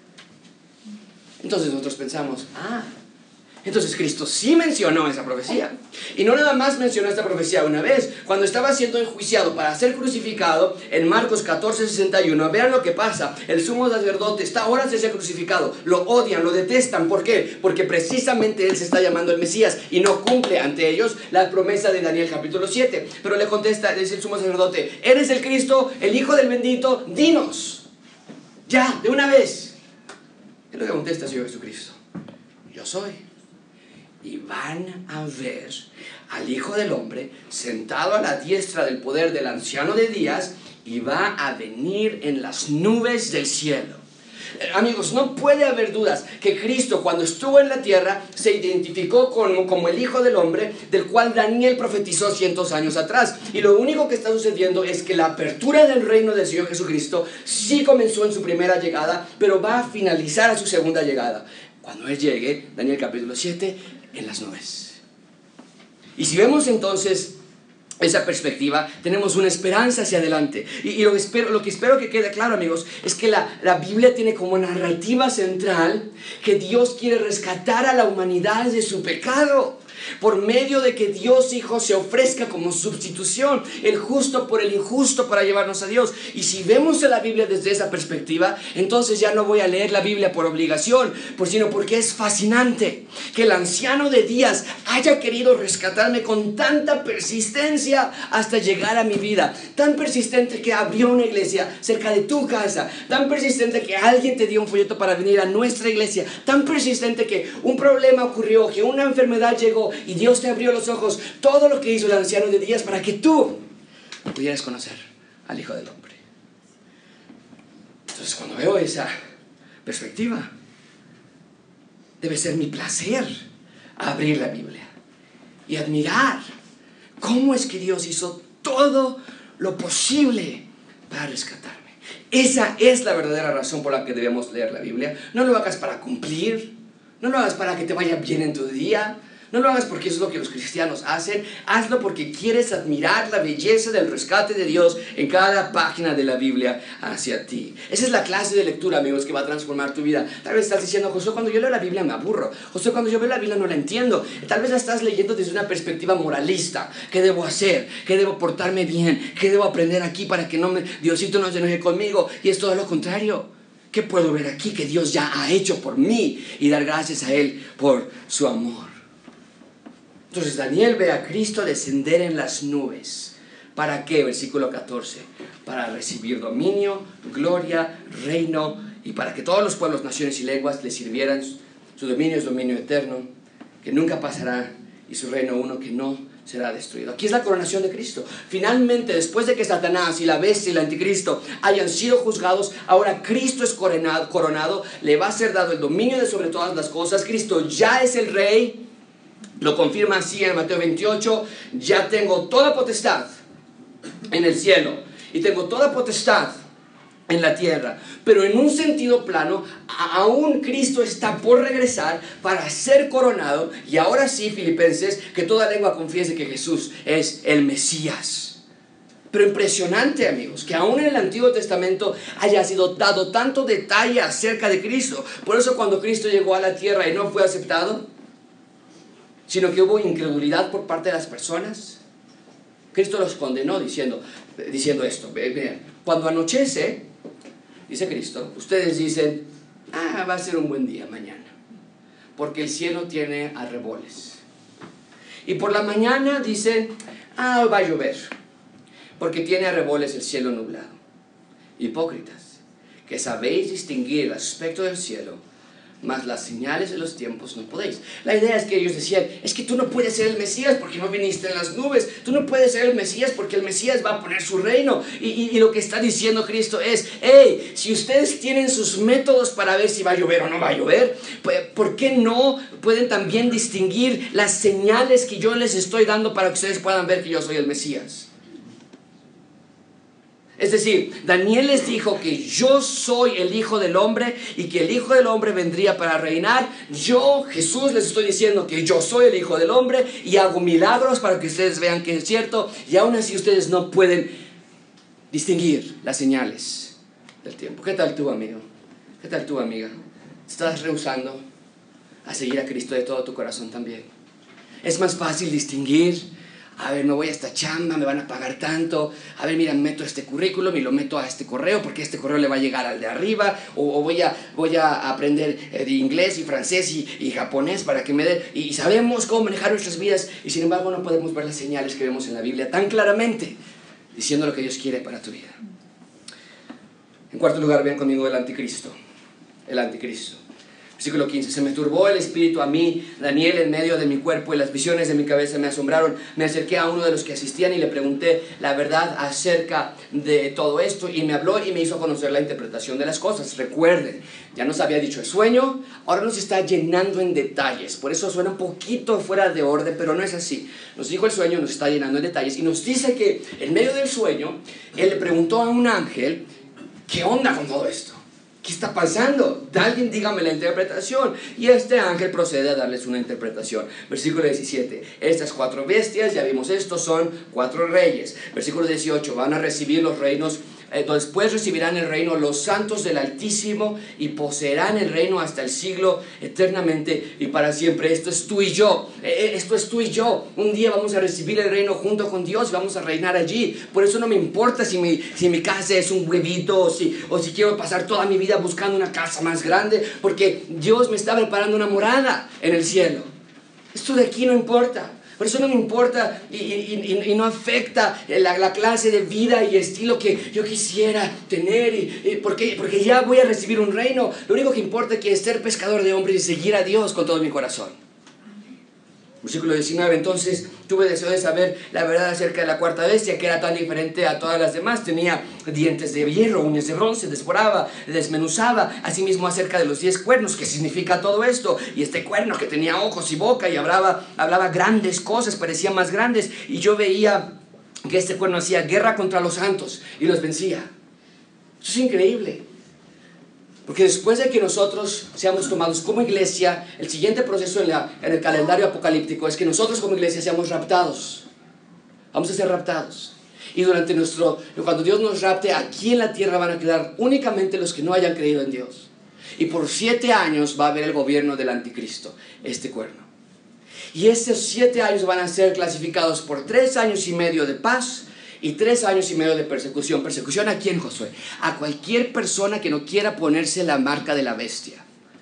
Entonces nosotros pensamos, ah, entonces Cristo sí mencionó esa profecía. Y no nada más mencionó esta profecía una vez. Cuando estaba siendo enjuiciado para ser crucificado, en Marcos catorce sesenta y uno, vean lo que pasa. El sumo sacerdote está a horas de ser crucificado. Lo odian, lo detestan. ¿Por qué? Porque precisamente él se está llamando el Mesías y no cumple ante ellos la promesa de Daniel capítulo siete. Pero le contesta, dice el sumo sacerdote, ¿eres el Cristo, el Hijo del bendito? Dinos. Ya, de una vez. Es lo que contesta el Señor Jesucristo. Yo soy. Y van a ver al Hijo del Hombre sentado a la diestra del poder del anciano de días, y va a venir en las nubes del cielo. Eh, amigos, no puede haber dudas que Cristo, cuando estuvo en la tierra, se identificó con, como el Hijo del Hombre, del cual Daniel profetizó cientos años atrás. Y lo único que está sucediendo es que la apertura del reino del Señor Jesucristo sí comenzó en su primera llegada, pero va a finalizar a su segunda llegada. Cuando Él llegue, Daniel capítulo siete, en las nubes. Y si vemos entonces esa perspectiva, tenemos una esperanza hacia adelante. Y, y lo, que espero, lo que espero que quede claro, amigos, es que la, la Biblia tiene como narrativa central que Dios quiere rescatar a la humanidad de su pecado, por medio de que Dios Hijo se ofrezca como sustitución, el justo por el injusto, para llevarnos a Dios. Y si vemos a la Biblia desde esa perspectiva, entonces ya no voy a leer la Biblia por obligación, por sino porque es fascinante que el anciano de días haya querido rescatarme con tanta persistencia hasta llegar a mi vida. Tan persistente que abrió una iglesia cerca de tu casa, tan persistente que alguien te dio un folleto para venir a nuestra iglesia, tan persistente que un problema ocurrió, que una enfermedad llegó y Dios te abrió los ojos. Todo lo que hizo el anciano de días para que tú pudieras conocer al Hijo del Hombre. Entonces, cuando veo esa perspectiva, debe ser mi placer abrir la Biblia y admirar cómo es que Dios hizo todo lo posible para rescatarme. Esa es la verdadera razón por la que debemos leer la Biblia. No lo hagas para cumplir, no lo hagas para que te vaya bien en tu día, no lo hagas porque eso es lo que los cristianos hacen. Hazlo porque quieres admirar la belleza del rescate de Dios en cada página de la Biblia hacia ti. Esa es la clase de lectura, amigos, que va a transformar tu vida. Tal vez estás diciendo, Josué, cuando yo leo la Biblia me aburro. Josué, cuando yo veo la Biblia no la entiendo. Tal vez la estás leyendo desde una perspectiva moralista. ¿Qué debo hacer? ¿Qué debo portarme bien? ¿Qué debo aprender aquí para que no me, Diosito no se enoje conmigo? Y es todo lo contrario. ¿Qué puedo ver aquí que Dios ya ha hecho por mí? Y dar gracias a Él por su amor. Entonces Daniel ve a Cristo descender en las nubes. ¿Para qué? Versículo catorce. Para recibir dominio, gloria, reino, y para que todos los pueblos, naciones y lenguas le sirvieran. Su dominio es dominio eterno, que nunca pasará, y su reino uno que no será destruido. Aquí es la coronación de Cristo. Finalmente, después de que Satanás y la bestia y el anticristo hayan sido juzgados, ahora Cristo es coronado, coronado, le va a ser dado el dominio de sobre todas las cosas. Cristo ya es el Rey. Lo confirma así en Mateo veintiocho, ya tengo toda potestad en el cielo y tengo toda potestad en la tierra. Pero en un sentido plano, aún Cristo está por regresar para ser coronado. Y ahora sí, Filipenses, que toda lengua confiese que Jesús es el Mesías. Pero impresionante, amigos, que aún en el Antiguo Testamento haya sido dado tanto detalle acerca de Cristo. Por eso cuando Cristo llegó a la tierra y no fue aceptado, sino que hubo incredulidad por parte de las personas, Cristo los condenó diciendo, diciendo esto. Vean, cuando anochece, dice Cristo, ustedes dicen, ah, va a ser un buen día mañana, porque el cielo tiene arreboles. Y por la mañana dicen, ah, va a llover, porque tiene arreboles el cielo nublado. hipócritas, que sabéis distinguir el aspecto del cielo, mas las señales de los tiempos no podéis. La idea es que ellos decían, es que tú no puedes ser el Mesías porque no viniste en las nubes, tú no puedes ser el Mesías porque el Mesías va a poner su reino. Y, y, y lo que está diciendo Cristo es, hey, si ustedes tienen sus métodos para ver si va a llover o no va a llover, ¿por qué no pueden también distinguir las señales que yo les estoy dando para que ustedes puedan ver que yo soy el Mesías? Es decir, Daniel les dijo que yo soy el Hijo del Hombre y que el Hijo del Hombre vendría para reinar. Yo, Jesús, les estoy diciendo que yo soy el Hijo del Hombre y hago milagros para que ustedes vean que es cierto. Y aún así ustedes no pueden distinguir las señales del tiempo. ¿Qué tal tú, amigo? ¿Qué tal tú, amiga? ¿Estás rehusando a seguir a Cristo de todo tu corazón también? Es más fácil distinguir. A ver, me voy a esta chamba, me van a pagar tanto. A ver, mira, meto este currículum y lo meto a este correo porque este correo le va a llegar al de arriba. O, o voy, a, voy a aprender eh, de inglés y francés y, y japonés para que me dé. Y sabemos cómo manejar nuestras vidas. Y sin embargo no podemos ver las señales que vemos en la Biblia tan claramente, diciendo lo que Dios quiere para tu vida. En cuarto lugar, vean conmigo el anticristo. El anticristo. Versículo quince, se me turbó el espíritu a mí, Daniel, en medio de mi cuerpo, y las visiones de mi cabeza me asombraron. Me acerqué a uno de los que asistían y le pregunté la verdad acerca de todo esto, y me habló y me hizo conocer la interpretación de las cosas. Recuerden, ya nos había dicho el sueño, ahora nos está llenando en detalles. Por eso suena un poquito fuera de orden, pero no es así. Nos dijo el sueño, nos está llenando en detalles, y nos dice que en medio del sueño, él le preguntó a un ángel, ¿qué onda con todo esto? ¿Qué está pasando? Alguien dígame la interpretación. Y este ángel procede a darles una interpretación. Versículo diecisiete. Estas cuatro bestias, ya vimos esto, son cuatro reyes. Versículo dieciocho. Van a recibir los reinos. Eh, después recibirán el reino los santos del Altísimo y poseerán el reino hasta el siglo eternamente y para siempre. Esto es tú y yo. Eh, esto es tú y yo. Un día vamos a recibir el reino junto con Dios y vamos a reinar allí. Por eso no me importa si mi, si mi casa es un huevito o si, o si quiero pasar toda mi vida buscando una casa más grande, porque Dios me está preparando una morada en el cielo. Esto de aquí no importa. Por eso no me importa y, y, y, y no afecta la, la clase de vida y estilo que yo quisiera tener, y, y porque, porque ya voy a recibir un reino. Lo único que importa es ser pescador de hombres y seguir a Dios con todo mi corazón. Versículo diecinueve, entonces tuve deseo de saber la verdad acerca de la cuarta bestia, que era tan diferente a todas las demás. Tenía dientes de hierro, uñas de bronce, devoraba, desmenuzaba. Asimismo acerca de los diez cuernos, ¿qué significa todo esto? Y este cuerno que tenía ojos y boca y hablaba, hablaba grandes cosas, parecía más grandes. Y yo veía que este cuerno hacía guerra contra los santos y los vencía. Eso es increíble. Porque después de que nosotros seamos tomados como iglesia, el siguiente proceso en, la, en el calendario apocalíptico es que nosotros como iglesia seamos raptados. Vamos a ser raptados. Y durante nuestro, cuando Dios nos rapte, aquí en la tierra van a quedar únicamente los que no hayan creído en Dios. Y por siete años va a haber el gobierno del anticristo, este cuerno. Y estos siete años van a ser clasificados por tres años y medio de paz y tres años y medio de persecución. ¿Persecución a quién, Josué? A cualquier persona que no quiera ponerse la marca de la bestia.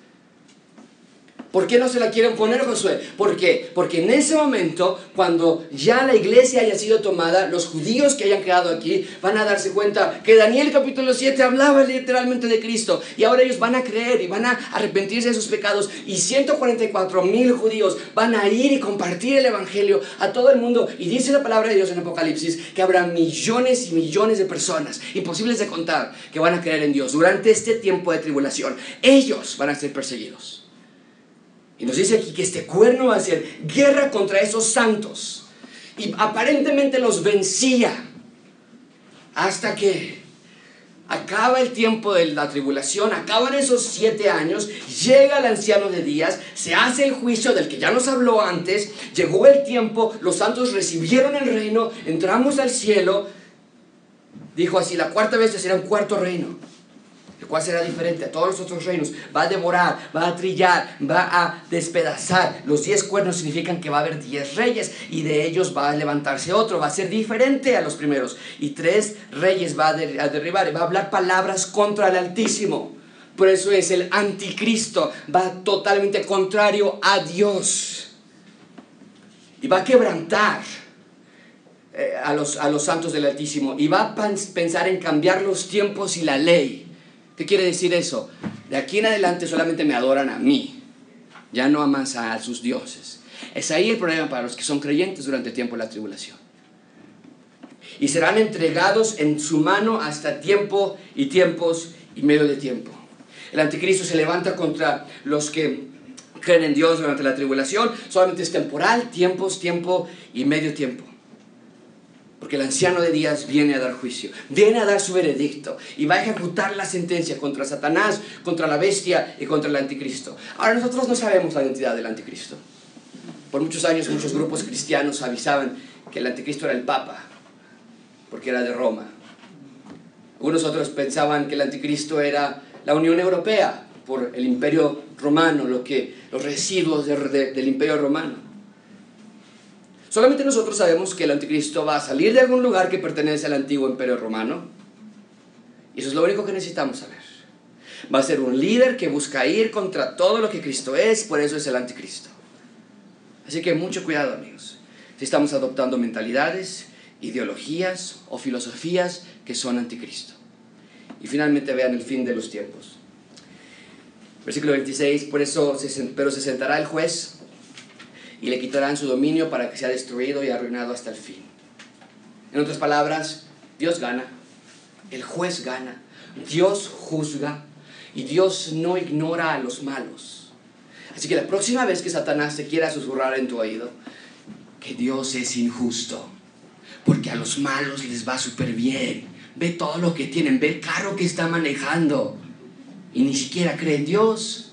¿Por qué no se la quieren poner, Josué? ¿Por qué? Porque en ese momento, cuando ya la iglesia haya sido tomada, los judíos que hayan quedado aquí van a darse cuenta que Daniel capítulo siete hablaba literalmente de Cristo. Y ahora ellos van a creer y van a arrepentirse de sus pecados. Y ciento cuarenta y cuatro mil judíos van a ir y compartir el evangelio a todo el mundo. Y dice la palabra de Dios en Apocalipsis que habrá millones y millones de personas, imposibles de contar, que van a creer en Dios durante este tiempo de tribulación. Ellos van a ser perseguidos. Y nos dice aquí que este cuerno va a hacer guerra contra esos santos. Y aparentemente los vencía. Hasta que acaba el tiempo de la tribulación, acaban esos siete años, llega el anciano de días, se hace el juicio del que ya nos habló antes, llegó el tiempo, los santos recibieron el reino, entramos al cielo. Dijo así, la cuarta bestia será un cuarto reino, el cual será diferente a todos los otros reinos. Va a devorar, va a trillar, va a despedazar. Los diez cuernos significan que va a haber diez reyes y de ellos va a levantarse otro, va a ser diferente a los primeros. Y tres reyes va a, der- a derribar y va a hablar palabras contra el Altísimo. Por eso es el anticristo, va totalmente contrario a Dios. Y va a quebrantar eh, a, los, a los santos del Altísimo y va a pensar en cambiar los tiempos y la ley. ¿Qué quiere decir eso? De aquí en adelante solamente me adoran a mí, ya no amas a sus dioses. Es ahí el problema para los que son creyentes durante el tiempo de la tribulación. Y serán entregados en su mano hasta tiempo y tiempos y medio de tiempo. El anticristo se levanta contra los que creen en Dios durante la tribulación. Solamente es temporal, tiempos, tiempo y medio tiempo. Porque el anciano de días viene a dar juicio, viene a dar su veredicto y va a ejecutar la sentencia contra Satanás, contra la bestia y contra el anticristo. Ahora nosotros no sabemos la identidad del anticristo. Por muchos años muchos grupos cristianos avisaban que el anticristo era el Papa, porque era de Roma. Algunos otros pensaban que el anticristo era la Unión Europea, por el Imperio Romano, lo que, los residuos de, de, del Imperio Romano. Solamente nosotros sabemos que el anticristo va a salir de algún lugar que pertenece al antiguo Imperio Romano. Y eso es lo único que necesitamos saber. Va a ser un líder que busca ir contra todo lo que Cristo es, por eso es el anticristo. Así que mucho cuidado, amigos, si estamos adoptando mentalidades, ideologías o filosofías que son anticristo. Y finalmente vean el fin de los tiempos. Versículo veintiséis, por eso, se, pero se sentará el juez y le quitarán su dominio para que sea destruido y arruinado hasta el fin. En otras palabras, Dios gana, el juez gana, Dios juzga y Dios no ignora a los malos. Así que la próxima vez que Satanás te quiera susurrar en tu oído que Dios es injusto, porque a los malos les va súper bien, ve todo lo que tienen, ve el carro que está manejando y ni siquiera cree en Dios,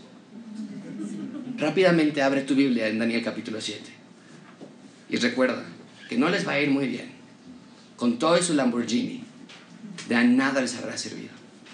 rápidamente abre tu Biblia en Daniel capítulo siete y recuerda que no les va a ir muy bien con todo su Lamborghini, de nada les habrá servido.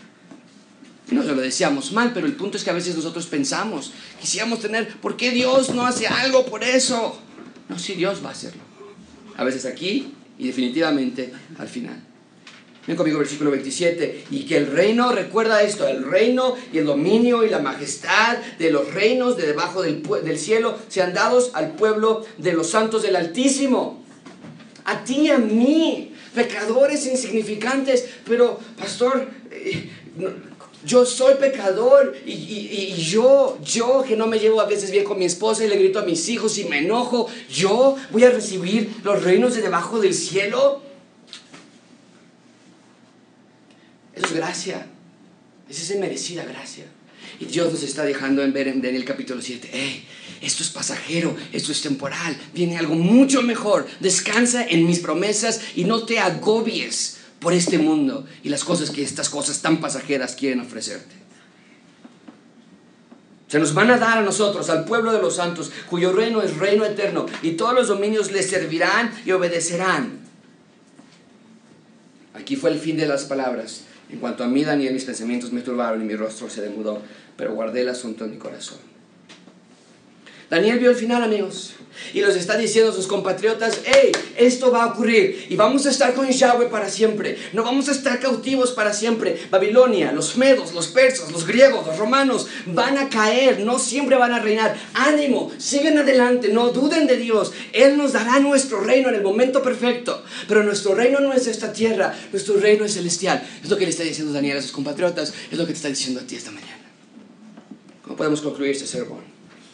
No se lo decíamos mal, pero el punto es que a veces nosotros pensamos, quisiéramos tener, ¿por qué Dios no hace algo por eso? No, sí, Dios va a hacerlo, a veces aquí y definitivamente al final. Ven conmigo versículo veintisiete, y que el reino, recuerda esto, el reino y el dominio y la majestad de los reinos de debajo del, del cielo sean dados al pueblo de los santos del Altísimo, a ti y a mí, pecadores insignificantes. Pero pastor, eh, no, yo soy pecador y, y, y yo, yo que no me llevo a veces bien con mi esposa y le grito a mis hijos y me enojo, yo voy a recibir los reinos de debajo del cielo. Eso es gracia, esa es merecida gracia. Y Dios nos está dejando en ver en Daniel capítulo siete, hey, esto es pasajero, esto es temporal, viene algo mucho mejor. Descansa en mis promesas y no te agobies por este mundo y las cosas que estas cosas tan pasajeras quieren ofrecerte. Se nos van a dar a nosotros, al pueblo de los santos, cuyo reino es reino eterno, y todos los dominios les servirán y obedecerán. Aquí fue el fin de las palabras. En cuanto a mí, Daniel, mis pensamientos me turbaron y mi rostro se demudó, pero guardé el asunto en mi corazón. Daniel vio el final, amigos, y los está diciendo a sus compatriotas, hey, esto va a ocurrir y vamos a estar con Yahweh para siempre, no vamos a estar cautivos para siempre. Babilonia, los medos, los persas, los griegos, los romanos van a caer, no siempre van a reinar. Ánimo, sigan adelante, no duden de Dios, Él nos dará nuestro reino en el momento perfecto, pero nuestro reino no es esta tierra, nuestro reino es celestial. Es lo que le está diciendo Daniel a sus compatriotas, es lo que te está diciendo a ti esta mañana. ¿Cómo podemos concluir este sermón?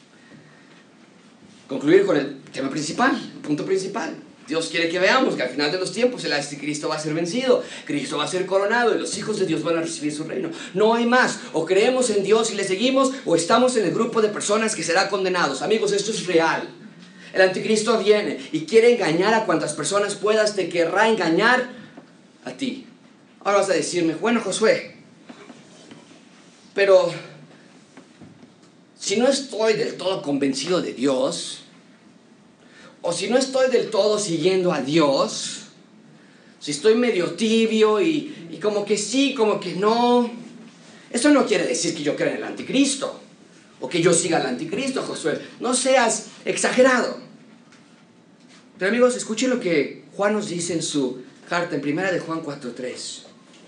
Concluir con el tema principal, el punto principal. Dios quiere que veamos que al final de los tiempos el anticristo va a ser vencido, Cristo va a ser coronado y los hijos de Dios van a recibir su reino. No hay más, o creemos en Dios y le seguimos, o estamos en el grupo de personas que serán condenados. Amigos, esto es real. El anticristo viene y quiere engañar a cuantas personas puedas, te querrá engañar a ti. Ahora vas a decirme, bueno, Josué, pero si no estoy del todo convencido de Dios, o si no estoy del todo siguiendo a Dios, si estoy medio tibio y, y como que sí, como que no, eso no quiere decir que yo crea en el anticristo o que yo siga al anticristo, Josué. No seas exagerado. Pero amigos, escuchen lo que Juan nos dice en su carta, en primera de Juan cuatro tres.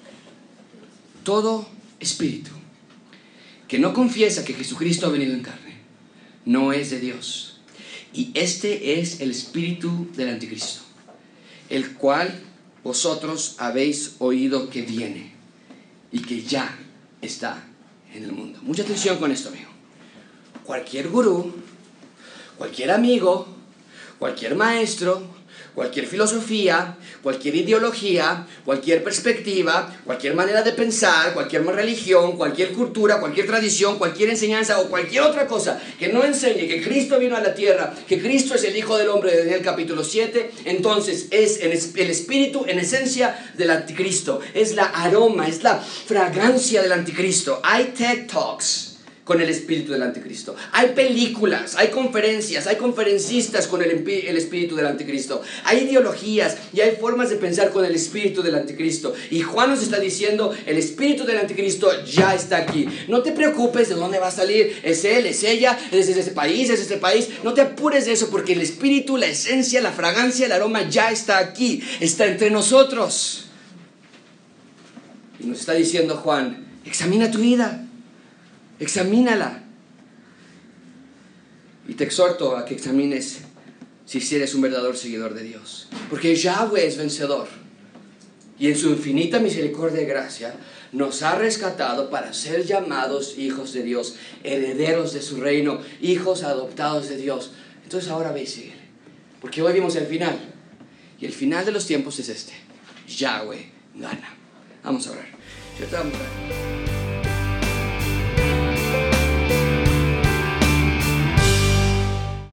Todo espíritu que no confiesa que Jesucristo ha venido en carne no es de Dios. Y este es el espíritu del anticristo, el cual vosotros habéis oído que viene y que ya está en el mundo. Mucha atención con esto, amigo. Cualquier gurú, cualquier amigo, cualquier maestro, cualquier filosofía, cualquier ideología, cualquier perspectiva, cualquier manera de pensar, cualquier religión, cualquier cultura, cualquier tradición, cualquier enseñanza o cualquier otra cosa que no enseñe que Cristo vino a la tierra, que Cristo es el Hijo del Hombre de Daniel capítulo siete, entonces es el espíritu en esencia del anticristo, es la aroma, es la fragancia del anticristo. Hay TED Talks con el espíritu del anticristo. Hay películas, hay conferencias, hay conferencistas con el, el espíritu del anticristo. Hay ideologías y hay formas de pensar con el espíritu del anticristo. Y Juan nos está diciendo, el espíritu del anticristo ya está aquí. No te preocupes de dónde va a salir. Es él, es ella, es ese país, es ese país. No te apures de eso porque el espíritu, la esencia, la fragancia, el aroma ya está aquí. Está entre nosotros. Y nos está diciendo Juan, examina tu vida. Examínala. Y te exhorto a que examines si eres un verdadero seguidor de Dios. Porque Yahweh es vencedor. Y en su infinita misericordia y gracia nos ha rescatado para ser llamados hijos de Dios, herederos de su reino, hijos adoptados de Dios. Entonces ahora ve y síguele. Porque hoy vimos el final. Y el final de los tiempos es este. Yahweh gana. Vamos a orar. Yo te amo.